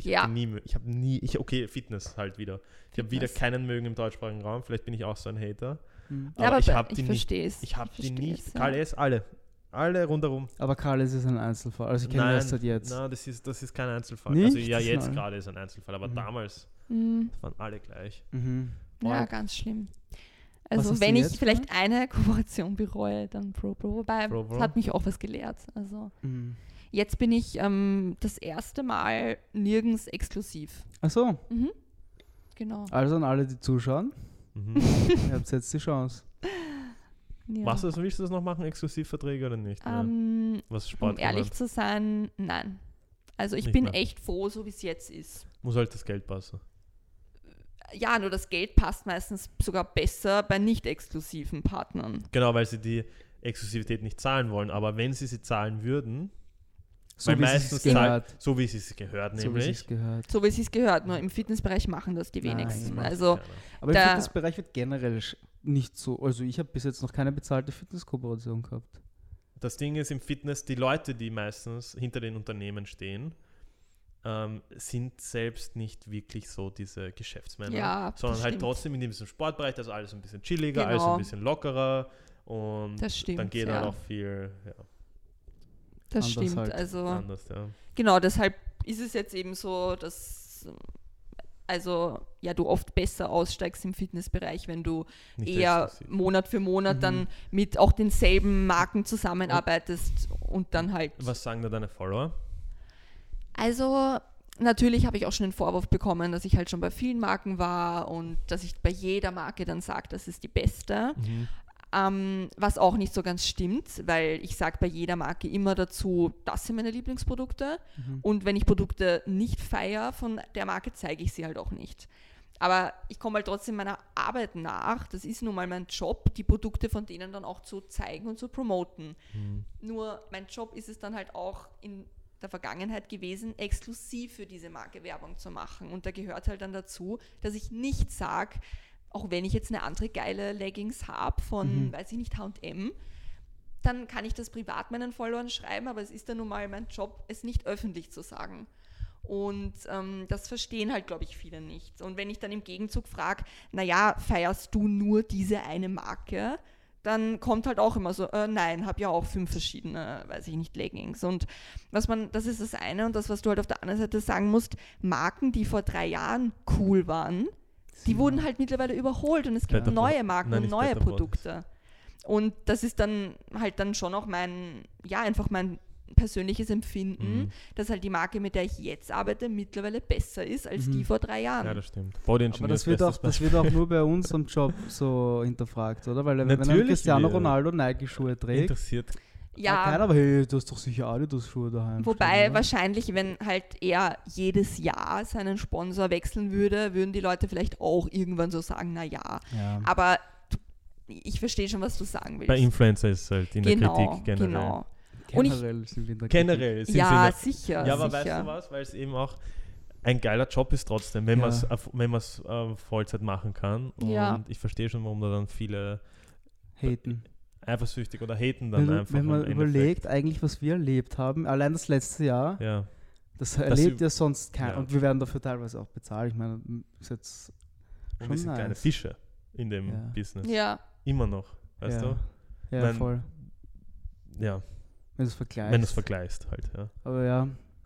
Okay, Fitness halt wieder. Ich habe wieder keinen mögen im deutschsprachigen Raum. Vielleicht bin ich auch so ein Hater. Aber ich habe die nicht. Ich habe die nicht. KLS, alle rundherum. Aber KLS ist ein Einzelfall. Also ich kenne das seit jetzt. Nein, das ist kein Einzelfall. Nicht? Also ja, jetzt gerade ist ein Einzelfall, aber damals waren alle gleich. Ja, ganz schlimm. Also wenn ich vielleicht eine Kooperation bereue, dann Pro. Wobei, es hat mich auch was gelehrt. Also jetzt bin ich das erste Mal nirgends exklusiv. Ach so. Genau. Also an alle, die zuschauen, ihr habt jetzt die Chance. Ja. Willst du das noch machen, Exklusivverträge oder nicht? Was Sport um ehrlich zu sein, nein. Also ich nicht bin mehr. echt froh, so wie es jetzt ist. Muss halt das Geld passen. Ja, nur das Geld passt meistens sogar besser bei nicht exklusiven Partnern. Genau, weil sie die Exklusivität nicht zahlen wollen. Aber wenn sie zahlen würden, so wie meistens so wie es gehört, nämlich. So wie es gehört, nur im Fitnessbereich machen das die wenigsten. Also, aber im Fitnessbereich wird generell nicht so, also ich habe bis jetzt noch keine bezahlte Fitnesskooperation gehabt. Das Ding ist im Fitness, die Leute, die meistens hinter den Unternehmen stehen, sind selbst nicht wirklich so diese Geschäftsmänner, sondern halt trotzdem in diesem Sportbereich, also alles ein bisschen chilliger, alles ein bisschen lockerer und dann geht halt auch viel, Das anders stimmt, halt. also anders, genau, deshalb ist es jetzt eben so, dass du oft besser aussteigst im Fitnessbereich, wenn du nicht eher exklusiv. Monat für Monat dann mit auch denselben Marken zusammenarbeitest und dann halt... Was sagen da deine Follower? Also natürlich habe ich auch schon den Vorwurf bekommen, dass ich halt schon bei vielen Marken war und dass ich bei jeder Marke dann sage, das ist die beste. Was auch nicht so ganz stimmt, weil ich sage bei jeder Marke immer dazu, das sind meine Lieblingsprodukte und wenn ich Produkte nicht feiere von der Marke, zeige ich sie halt auch nicht. Aber ich komme halt trotzdem meiner Arbeit nach, das ist nun mal mein Job, die Produkte von denen dann auch zu zeigen und zu promoten. Nur mein Job ist es dann halt auch in der Vergangenheit gewesen, exklusiv für diese Marke Werbung zu machen. Und da gehört halt dann dazu, dass ich nicht sage, auch wenn ich jetzt eine andere geile Leggings habe von, weiß ich nicht, H&M, dann kann ich das privat meinen Followern schreiben, aber es ist dann nun mal mein Job, es nicht öffentlich zu sagen. Und das verstehen halt, glaube ich, viele nicht. Und wenn ich dann im Gegenzug frage, naja, feierst du nur diese eine Marke? Dann kommt halt auch immer so, nein, habe ja auch 5 verschiedene, weiß ich nicht, Leggings. Und das ist das eine. Und das, was du halt auf der anderen Seite sagen musst, Marken, die vor 3 Jahren cool waren, die wurden halt mittlerweile überholt und es gibt neue Marken und neue Produkte. Und das ist dann halt dann schon auch einfach mein persönliches Empfinden, dass halt die Marke, mit der ich jetzt arbeite, mittlerweile besser ist als die vor 3 Jahren. Ja, das stimmt. Aber das wird auch nur bei uns am Job so hinterfragt, oder? Weil wenn ein Cristiano Ronaldo Nike-Schuhe trägt, interessiert keiner, aber hey, du hast doch sicher Adidas-Schuhe daheim. Wobei stehen, wahrscheinlich, wenn halt er jedes Jahr seinen Sponsor wechseln würde, würden die Leute vielleicht auch irgendwann so sagen, naja. Aber ich verstehe schon, was du sagen willst. Bei Influencer ist es halt in der Kritik generell. Genau. Generell sind wir in der Kritik. Ja, sicher. Ja, aber weißt du was? Weil es eben auch ein geiler Job ist trotzdem, wenn man es Vollzeit machen kann. Und ich verstehe schon, warum da dann viele haten. Eifersüchtig oder haten dann einfach. Wenn man überlegt, eigentlich, was wir erlebt haben, allein das letzte Jahr, das erlebt ja sonst keiner. Und wir werden dafür teilweise auch bezahlt. Ich meine, ist jetzt schon wir sind kleine Fische in dem Business. Ja. Immer noch, weißt du? Ja, voll. Ja. Wenn du es vergleichst halt, ja. Aber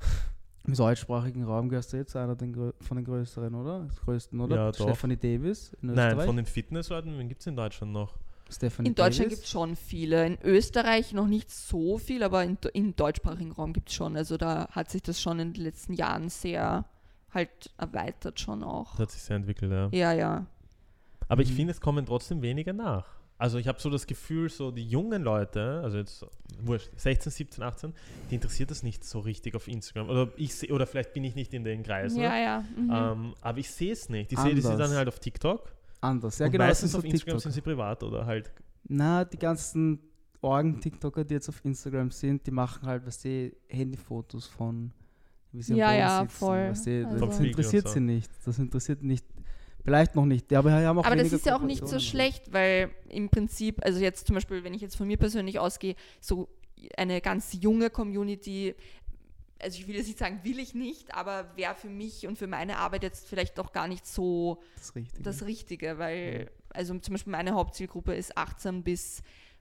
im deutschsprachigen Raum gehörst du jetzt einer von den größeren, oder? Das größten, oder? Ja, Stephanie Davis in Österreich? Nein, von den Fitnessleuten, wen gibt es in Deutschland noch? In Deutschland gibt es schon viele. In Österreich noch nicht so viel, aber im deutschsprachigen Raum gibt es schon. Also da hat sich das schon in den letzten Jahren sehr halt erweitert schon auch. Das hat sich sehr entwickelt, ja. Ja. Aber ich finde, es kommen trotzdem weniger nach. Also ich habe so das Gefühl, so die jungen Leute, also jetzt 16, 17, 18, die interessiert das nicht so richtig auf Instagram. Oder vielleicht bin ich nicht in den Kreisen. Ja. Aber ich sehe es nicht. Ich sehe das dann halt auf TikTok. Anders, ja, und genau. Meistens auf Instagram sind sie privat oder halt. Na, die ganzen Orgen-TikToker, die jetzt auf Instagram sind, die machen halt, Handyfotos von, wie sie am Boden sitzen. Voll. Das interessiert sie nicht. Das interessiert nicht. Vielleicht noch nicht, aber wir haben auch aber das ist ja auch nicht so schlecht, weil im Prinzip, also jetzt zum Beispiel, wenn ich jetzt von mir persönlich ausgehe, so eine ganz junge Community, also ich will jetzt nicht sagen, will ich nicht, aber wäre für mich und für meine Arbeit jetzt vielleicht auch gar nicht so das Richtige, weil, also zum Beispiel meine Hauptzielgruppe ist 18 bis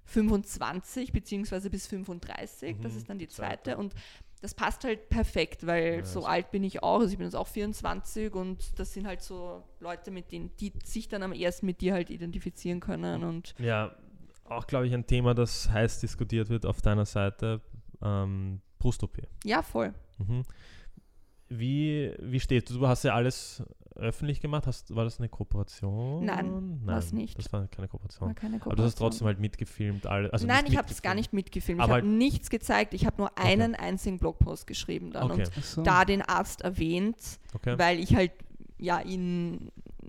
25 beziehungsweise bis 35, das ist dann die zweite und das passt halt perfekt, weil so alt bin ich auch, also ich bin jetzt auch 24 und das sind halt so Leute, mit denen die sich dann am ersten mit dir halt identifizieren können. Und ja, auch glaube ich ein Thema, das heiß diskutiert wird auf deiner Seite, Brust-OP. Ja, voll. Wie stehst du? Du hast ja alles öffentlich gemacht. War das eine Kooperation? Nein, war es nicht. Das war keine Kooperation. Aber du hast trotzdem halt mitgefilmt. Also nein, ich habe es gar nicht mitgefilmt. Ich habe nichts gezeigt. Ich habe nur einen einzigen Blogpost geschrieben dann und da den Arzt erwähnt, weil ich halt ihn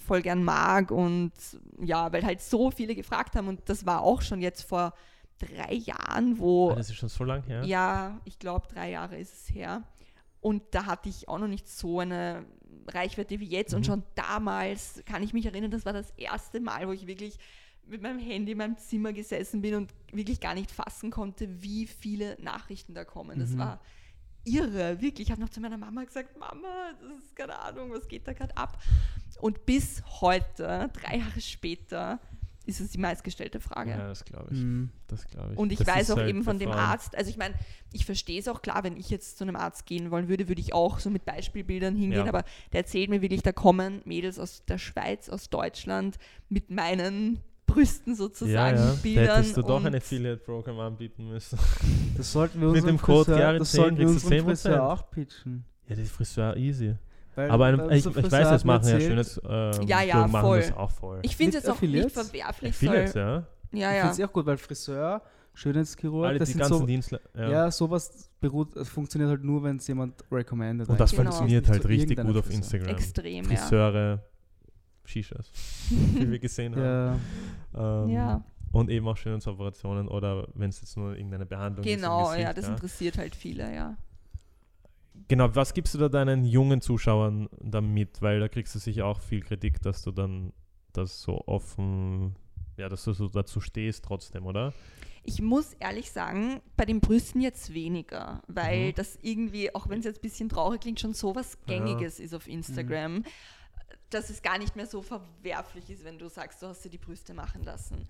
voll gern mag und ja, weil halt so viele gefragt haben und das war auch schon jetzt vor 3 Jahren, wo... Das ist schon so lang her? Ja, ich glaube 3 Jahre ist es her. Und da hatte ich auch noch nicht so eine Reichweite wie jetzt. Und schon damals kann ich mich erinnern, das war das erste Mal, wo ich wirklich mit meinem Handy in meinem Zimmer gesessen bin und wirklich gar nicht fassen konnte, wie viele Nachrichten da kommen. Das war irre, wirklich. Ich habe noch zu meiner Mama gesagt, Mama, das ist keine Ahnung, was geht da gerade ab? Und bis heute, 3 Jahre später, ist es die meistgestellte Frage. Ja, das glaube ich. Das glaub ich. Und ich weiß auch eben von dem Arzt, also ich meine, ich verstehe es auch klar, wenn ich jetzt zu einem Arzt gehen wollen würde, würde ich auch so mit Beispielbildern hingehen, aber der erzählt mir wirklich, da kommen Mädels aus der Schweiz, aus Deutschland mit meinen Brüsten sozusagen, Bildern. Da hättest du doch ein Affiliate-Programm anbieten müssen. Das sollten wir mit dem Code Friseur auch pitchen. Ja, die Friseur easy. Weil, aber ich weiß, das machen ja schönes ja, machen voll. das auch voll. Ich finde es jetzt auch nicht verwerflich. Affiliates, ja. Ich finde es auch gut, weil Friseur, Schönheitschirurg, das die sind ganzen so, Dienstler. Ja, sowas funktioniert halt nur, wenn es jemand recommended. Und das funktioniert halt richtig gut auf Instagram. Extrem, Friseure, Shishas, wie wir gesehen haben. Ja. Und eben auch Schönheitsoperationen oder wenn es jetzt nur irgendeine Behandlung ist. Genau, ja, das interessiert halt viele, ja. Genau, was gibst du da deinen jungen Zuschauern damit? Weil da kriegst du sicher auch viel Kritik, dass du dann das so offen, ja, dass du so dazu stehst trotzdem, oder? Ich muss ehrlich sagen, bei den Brüsten jetzt weniger, weil das irgendwie, auch wenn es jetzt ein bisschen traurig klingt, schon so was Gängiges ist auf Instagram, dass es gar nicht mehr so verwerflich ist, wenn du sagst, du hast dir die Brüste machen lassen.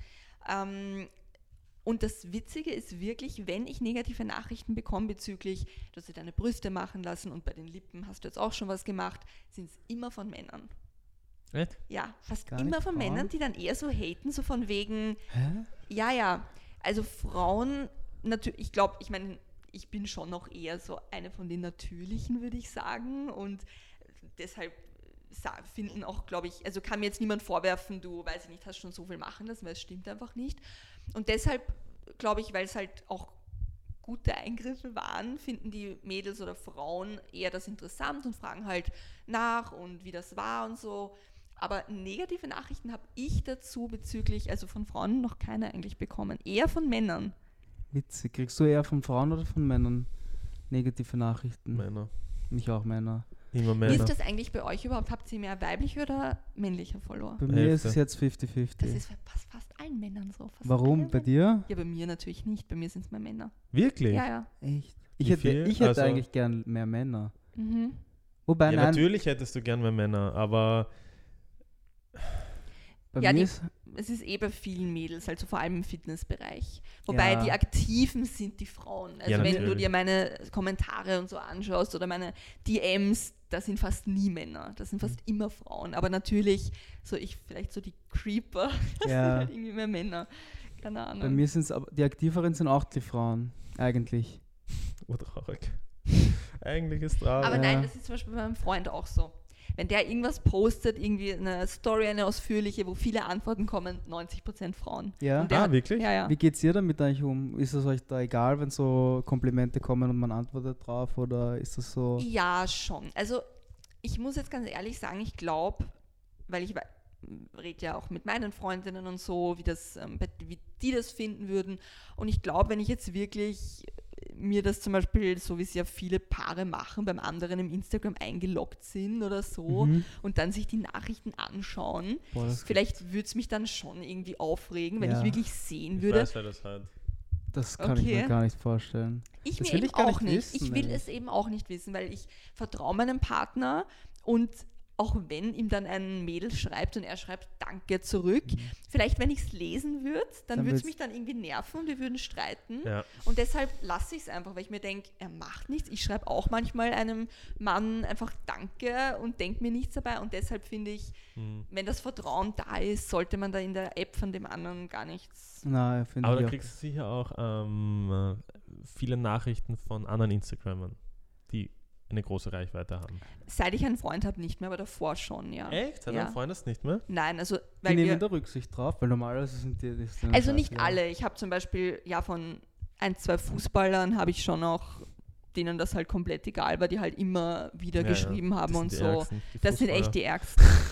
Und das Witzige ist wirklich, wenn ich negative Nachrichten bekomme bezüglich, du hast dir deine Brüste machen lassen und bei den Lippen hast du jetzt auch schon was gemacht, sind es immer von Männern. Echt? Ja, fast immer von Männern, die dann eher so haten, so von wegen, ja, also Frauen, natürlich, ich meine, ich bin schon noch eher so eine von den Natürlichen, würde ich sagen, und deshalb finden auch, glaube ich, also kann mir jetzt niemand vorwerfen, du, weiß ich nicht, hast schon so viel machen lassen, weil es stimmt einfach nicht. Und deshalb, glaube ich, weil es halt auch gute Eingriffe waren, finden die Mädels oder Frauen eher das interessant und fragen halt nach und wie das war und so. Aber negative Nachrichten habe ich dazu bezüglich, also von Frauen noch keine eigentlich bekommen, eher von Männern. Witzig. Kriegst du eher von Frauen oder von Männern negative Nachrichten? Männer. Mich auch Männer. Immer Männer. Wie ist das eigentlich bei euch überhaupt? Habt ihr mehr weibliche oder männliche Follower? Bei mir ist es jetzt 50-50. Das ist fast allen Männern so. Warum? Bei dir? Ja, bei mir natürlich nicht. Bei mir sind es mehr Männer. Wirklich? Ja. Echt? Ich hätte eigentlich gern mehr Männer. Wobei, ja, natürlich hättest du gern mehr Männer, aber es ist bei vielen Mädels, also vor allem im Fitnessbereich. Wobei die Aktiven sind die Frauen. Also wenn du dir meine Kommentare und so anschaust oder meine DMs, da sind fast nie Männer. Das sind fast immer Frauen. Aber natürlich, vielleicht so die Creeper, das sind halt irgendwie mehr Männer. Keine Ahnung. Bei mir sind es aber, die Aktiveren sind auch die Frauen, eigentlich. Oh, traurig. Eigentlich ist traurig. Aber nein, das ist zum Beispiel bei meinem Freund auch so. Wenn der irgendwas postet, irgendwie eine Story, eine ausführliche, wo viele Antworten kommen, 90% Frauen. Ja. Wirklich? Ja. Wie geht es ihr damit eigentlich um? Ist es euch da egal, wenn so Komplimente kommen und man antwortet drauf, oder ist das so? Ja, schon. Also ich muss jetzt ganz ehrlich sagen, ich glaube, weil ich rede ja auch mit meinen Freundinnen und so, wie die das finden würden. Und ich glaube, wenn ich jetzt wirklich mir das zum Beispiel, so wie es ja viele Paare machen, beim anderen im Instagram eingeloggt sind oder so und dann sich die Nachrichten anschauen, vielleicht würde es mich dann schon irgendwie aufregen, wenn ich wirklich sehen würde. Ich weiß, wer das hat. Das kann ich mir gar nicht vorstellen. Ich will es eben auch nicht wissen, weil ich vertraue meinem Partner und auch wenn ihm dann ein Mädel schreibt und er schreibt Danke zurück, vielleicht wenn ich es lesen würde, dann würde es mich dann irgendwie nerven und wir würden streiten. Ja. Und deshalb lasse ich es einfach, weil ich mir denke, er macht nichts. Ich schreibe auch manchmal einem Mann einfach Danke und denke mir nichts dabei. Und deshalb finde ich, wenn das Vertrauen da ist, sollte man da in der App von dem anderen gar nichts. Aber da kriegst du sicher auch viele Nachrichten von anderen Instagrammern, die eine große Reichweite haben. Seit ich einen Freund habe, nicht mehr, aber davor schon, ja. Echt? Hat dein Freund das nicht mehr? Nein, also weil die nehmen da Rücksicht drauf, weil normalerweise sind die also nicht alle. Ich habe zum Beispiel, von 1-2 Fußballern habe ich schon auch, denen das halt komplett egal war, die halt immer wieder geschrieben haben und so. Das sind echt die Ärgsten.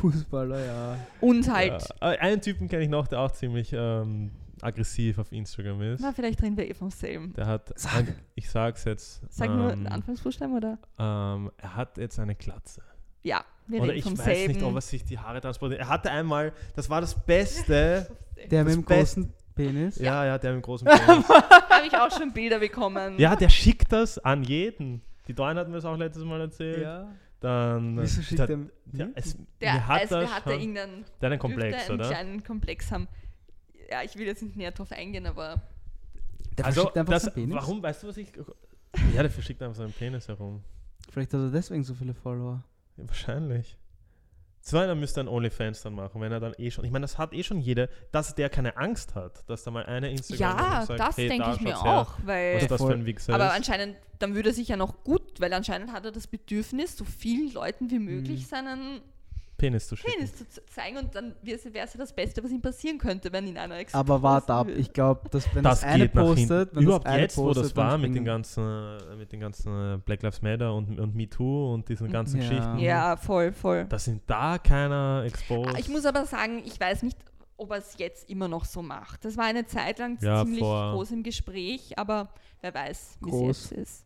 Fußballer, ja. Und halt... Ja. Einen Typen kenne ich noch, der auch ziemlich aggressiv auf Instagram ist. Na, vielleicht reden wir vom selben. Der hat... ich sag's jetzt. Sag nur den Anfangsbuchstaben, oder? Er hat jetzt eine Glatze. Ja, wir Oder reden vom ich weiß selben. nicht, ob er sich die Haare transportiert. Er hatte einmal... Das war das Beste... Der mit dem großen Penis? Ja, der mit dem großen Penis. Habe ich auch schon Bilder bekommen. Ja, der schickt das an jeden. Die Dorn hatten wir es auch letztes Mal erzählt. Ja. Dann... Wieso schickt der... Der hat hat irgendeinen... Der hat einen Komplex, einen oder? kleinen Komplex haben. Ja, ich will jetzt nicht näher drauf eingehen, aber... Der verschickt einfach seinen Penis? Warum, weißt du, was ich... Ja, der verschickt einfach seinen Penis herum. Vielleicht hat er deswegen so viele Follower. Ja, wahrscheinlich. Zweiter müsste ein OnlyFans dann machen, wenn er dann schon... Ich meine, das hat schon jeder, dass der keine Angst hat, dass da mal eine Instagram ja, sagt, das hey, denke da ich mir schaut's her, auch, weil... was das für ein Wichser aber ist. anscheinend, dann würde er sich ja noch gut, weil anscheinend hat er das Bedürfnis, so vielen Leuten wie möglich seinen Penis zu schicken. Penis zu zeigen und dann wäre es ja das Beste, was ihm passieren könnte, wenn ihn einer exposed Aber warte ab, würde. ich glaube, dass wenn Das das eine geht nach hinten. postet... Wenn Überhaupt das eine jetzt, wo postet, das dann war mit den springen- ganzen Black Lives Matter und MeToo und diesen ganzen Ja. Geschichten. Ja, voll. Da sind da keiner exposed. Ich muss aber sagen, ich weiß nicht, ob er es jetzt immer noch so macht. Das war eine Zeit lang Ja, ziemlich vor- groß im Gespräch, aber wer weiß, wie Groß. es jetzt ist.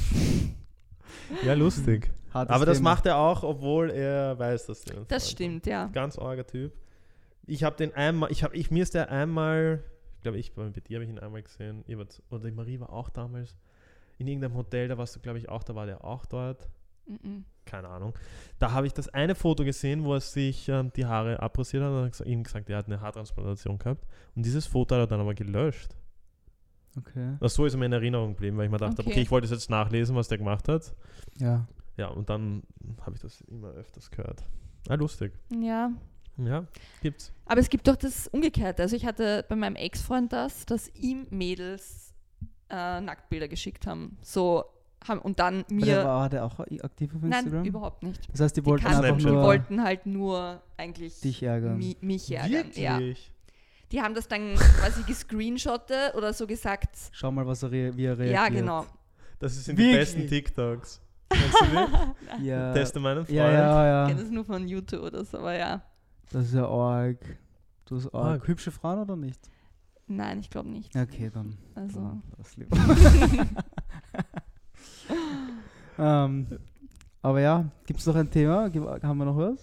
Ja, lustig. Hartes Aber das Thema. macht er auch, obwohl er weiß, dass der Das stimmt, ja. Ganz arger Typ. Ich habe den einmal, mir ist der einmal, ich glaube, bei dir habe ich ihn einmal gesehen, oder die Marie war auch damals in irgendeinem Hotel, da warst du, glaube ich, auch, da war der auch dort. Keine Ahnung. Da habe ich das eine Foto gesehen, wo er sich die Haare abrasiert hat und hat ihm gesagt, er hat eine Haartransplantation gehabt. Und dieses Foto hat er dann aber gelöscht. Okay. So ist er mir in Erinnerung geblieben, weil ich mir dachte, okay, ich wollte es jetzt nachlesen, was der gemacht hat. Ja. Ja, und dann habe ich das immer öfters gehört. Ah, lustig. Ja. Ja, gibt's. Aber es gibt doch das Umgekehrte. Also ich hatte bei meinem Ex-Freund dass ihm Mädels Nacktbilder geschickt haben. Und dann mir... War der auch aktiv auf Instagram? Nein, überhaupt nicht. Das heißt, die wollten kannten einfach die nur wollten halt nur eigentlich dich ärgern. mich ärgern. Wirklich? Ja. Die haben das dann quasi gescreenshottet oder so gesagt. Schau mal, wie er reagiert. Ja, genau. Das sind die Wirklich? besten TikToks. Kennst du die? Ja. Teste meinen Freund. Ja. Ich kenne das nur von YouTube oder so, aber ja. Das ist ja arg. Du hast arg. Arg. Hübsche Frauen oder nicht? Nein, ich glaube nicht. Okay, dann. Also. Dann das lieber. Aber ja, gibt es noch ein Thema? Haben wir noch was?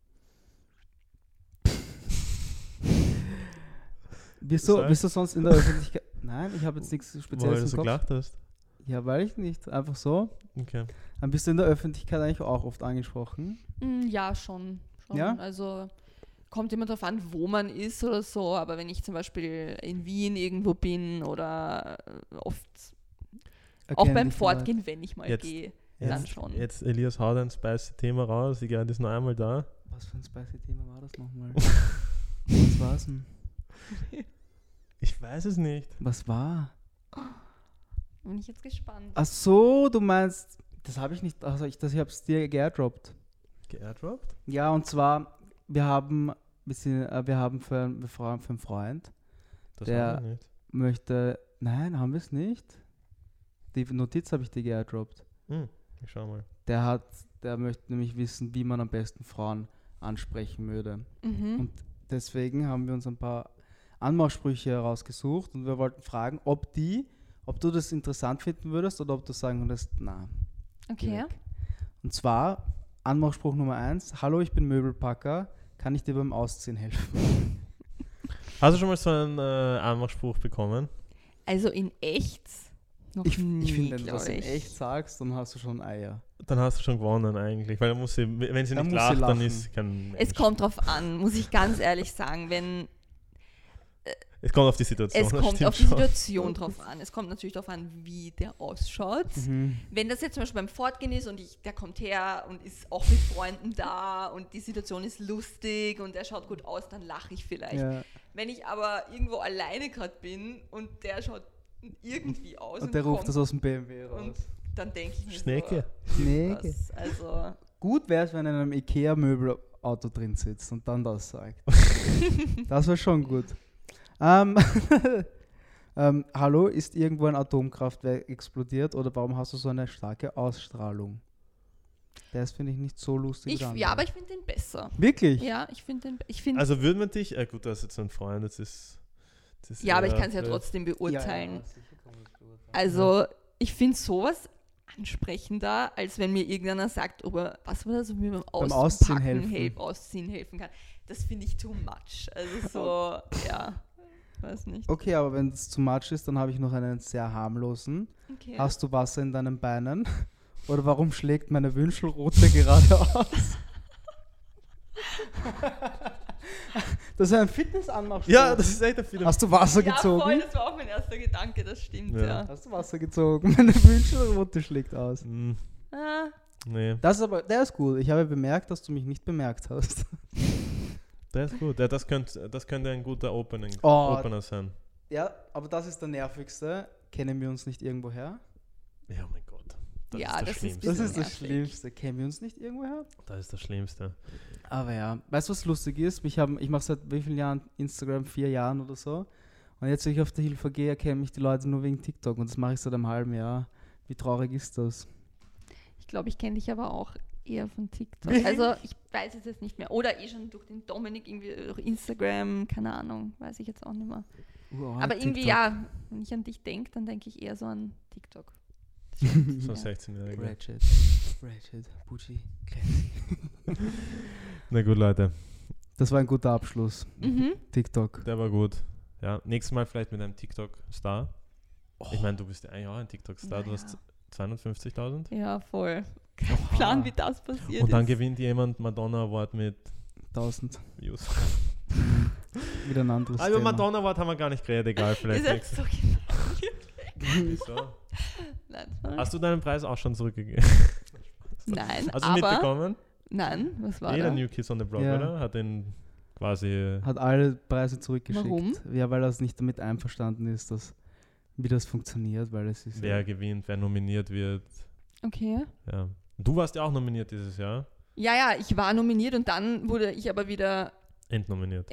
Bist du sonst in der Öffentlichkeit? Nein, ich habe jetzt nichts Weil Spezielles du im so Kopf. gelacht hast. Ja, weil ich nicht. Einfach so. Okay. Dann bist du in der Öffentlichkeit eigentlich auch oft angesprochen. Ja, schon. Ja? Also kommt immer darauf an, wo man ist oder so, aber wenn ich zum Beispiel in Wien irgendwo bin oder oft auch beim Fortgehen, wenn ich mal Jetzt- gehe, dann schon. Jetzt, Elias, haut ein spicy Thema raus. Ich ist noch einmal da. Was für ein spicy Thema war das nochmal? Was war's denn? Ich weiß es nicht. Was war? Bin ich jetzt gespannt. Ach so, du meinst, das habe ich nicht, also ich habe es dir geairdroppt. Geairdroppt? Ja, und zwar, wir haben für einen Freund, Das Der- haben wir nicht. möchte, nein, haben wir es nicht. Die Notiz habe ich dir geairdroppt. Ich schau mal. Der möchte nämlich wissen, wie man am besten Frauen ansprechen würde. Mhm. Und deswegen haben wir uns ein paar Anmachsprüche herausgesucht und wir wollten fragen, ob du das interessant finden würdest oder ob du sagen würdest, na. geh Okay. weg. Und zwar Anmachspruch Nummer 1, hallo, ich bin Möbelpacker, kann ich dir beim Ausziehen helfen? Hast du schon mal so einen Anmachspruch bekommen? Also in echt noch Ich nie, finde, wenn du glaub das in ich. echt sagst, dann hast du schon Eier. Dann hast du schon gewonnen eigentlich. Weil dann muss sie, wenn sie Dann nicht muss sie lacht, dann lachen. ist kein Mensch. Es kommt drauf an, muss ich ganz ehrlich sagen. Es kommt auf die Situation. Es das kommt stimmt auf die schon. Situation drauf an. Es kommt natürlich darauf an, wie der ausschaut. Wenn das jetzt zum Beispiel beim Fortgehen ist und der kommt her und ist auch mit Freunden da und die Situation ist lustig und der schaut gut aus, dann lache ich vielleicht. Ja. Wenn ich aber irgendwo alleine gerade bin und der schaut irgendwie aus Und der ruft kommt, das aus dem BMW und raus. dann denke ich mir Schnecke. Schnecke. was, also Gut wäre es, wenn er in einem Ikea-Möbelauto drin sitzt und dann das sagt. Das wäre schon gut. Hallo, ist irgendwo ein Atomkraftwerk explodiert oder warum hast du so eine starke Ausstrahlung? Der ist, finde ich, nicht so lustig. Ja, aber ich finde den besser. Wirklich? Ja, ich finde den. Also würde man dich, gut, du hast jetzt einen Freund, das ist ja, aber ich kann es ja trotzdem beurteilen. Sicher kann man das beurteilen. Also, ich finde sowas ansprechender, als wenn mir irgendeiner sagt, ob er, was war das, ob mir beim Ausziehen helfen kann. Das finde ich too much. Also so, ja, weiß nicht. Okay, aber wenn es too much ist, dann habe ich noch einen sehr harmlosen. Okay. Hast du Wasser in deinen Beinen? Oder warum schlägt meine Wünschelrute geradeaus? Das ist ein Fitnessanmachspiel. Ja, das ist echt ein Fitness. Hast du Wasser gezogen? Ja, voll, das war auch mein erster Gedanke, das stimmt, ja. Hast du Wasser gezogen? Meine Wünschelrute schlägt aus. Nee. Der ist gut. Ich habe bemerkt, dass du mich nicht bemerkt hast. Der ist gut. Ja, das könnte ein guter Opener sein. Ja, aber das ist der nervigste. Kennen wir uns nicht irgendwoher? Ja, mein Gott. Das ist das Schlimmste. Kennen wir uns nicht irgendwoher? Das ist das Schlimmste. Aber ja, weißt du, was lustig ist? Ich mache seit wie vielen Jahren Instagram? 4 Jahren oder so. Und jetzt, wenn ich auf der Hilfe gehe, kennen mich die Leute nur wegen TikTok. Und das mache ich seit einem halben Jahr. Wie traurig ist das? Ich glaube, ich kenne dich aber auch eher von TikTok. Also ich weiß es jetzt nicht mehr. Oder schon durch den Dominik, irgendwie durch Instagram, keine Ahnung, weiß ich jetzt auch nicht mehr. Aber irgendwie, TikTok. Ja, wenn ich an dich denke, dann denke ich eher so an TikTok. So 16-Jährige. Ratchet, Bougie, Classy. Na gut, Leute. Das war ein guter Abschluss. TikTok. Der war gut. Ja, nächstes Mal vielleicht mit einem TikTok-Star. Ich meine, du bist ja eigentlich auch ein TikTok-Star. Du hast 250.000. Ja, voll. Kein Plan, wie das passiert ist. Und dann gewinnt jemand Madonna Award mit 1000 Views. Wieder ein anderes Thema. Über Madonna Award haben wir gar nicht geredet, egal. Vielleicht ist jetzt so genau. Wieso? Hast du deinen Preis auch schon zurückgegeben? Nein, Hast du mitbekommen? Nein, was war Jeder New Kids on the Block, oder? Hat den quasi... Hat alle Preise zurückgeschickt. Warum? Ja, weil er nicht damit einverstanden ist, wie das funktioniert, weil es ist... Wer gewinnt, wer nominiert wird. Okay. Ja. Du warst ja auch nominiert dieses Jahr. Ja, ich war nominiert und dann wurde ich aber wieder... Entnominiert,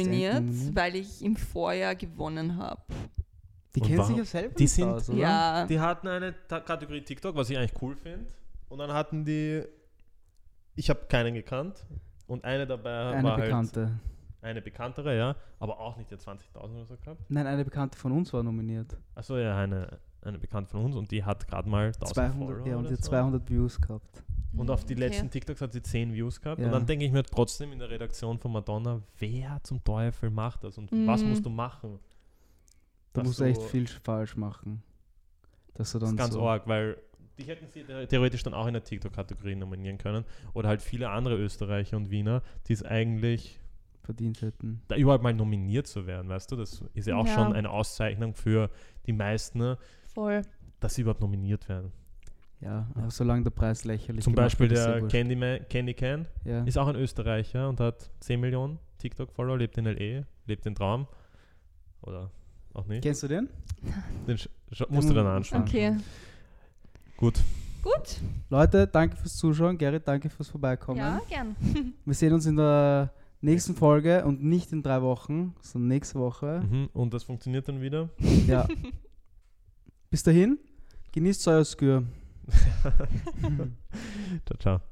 weil ich im Vorjahr gewonnen habe. Die kennen sich ja selber die sind aus, oder? Ja. Die hatten eine Kategorie TikTok, was ich eigentlich cool finde. Und dann hatten die, ich habe keinen gekannt. Und eine dabei war Bekannte. Halt eine bekanntere, ja. Aber auch nicht der 20.000 oder so gehabt. Nein, eine Bekannte von uns war nominiert. Achso, ja, eine Bekannte von uns. Und die hat gerade mal 1000 Follower. Ja, und die hat 200 Views gehabt. Und auf die letzten TikToks hat sie 10 Views gehabt. Ja. Und dann denke ich mir trotzdem in der Redaktion von Madonna, wer zum Teufel macht das? Und was musst du machen? Da musst du echt viel falsch machen. Dass du dann das ist ganz arg, weil die hätten sie theoretisch dann auch in der TikTok-Kategorie nominieren können. Oder halt viele andere Österreicher und Wiener, die es eigentlich verdient hätten. Da überhaupt mal nominiert zu werden, weißt du? Das ist ja auch schon eine Auszeichnung für die meisten, dass sie überhaupt nominiert werden. Ja, aber solange der Preis lächerlich zum Beispiel der Candy Can ist auch ein Österreicher und hat 10 Millionen TikTok-Follower, lebt in L.A., lebt den Traum. Oder auch nicht. Kennst du den? Den musst du dann anschauen. Okay. Gut. Leute, danke fürs Zuschauen. Gerrit, danke fürs Vorbeikommen. Ja, gern. Wir sehen uns in der nächsten Folge und nicht in 3 Wochen, sondern nächste Woche. Und das funktioniert dann wieder? Ja. Bis dahin, genießt euer Skür. Ciao, ciao.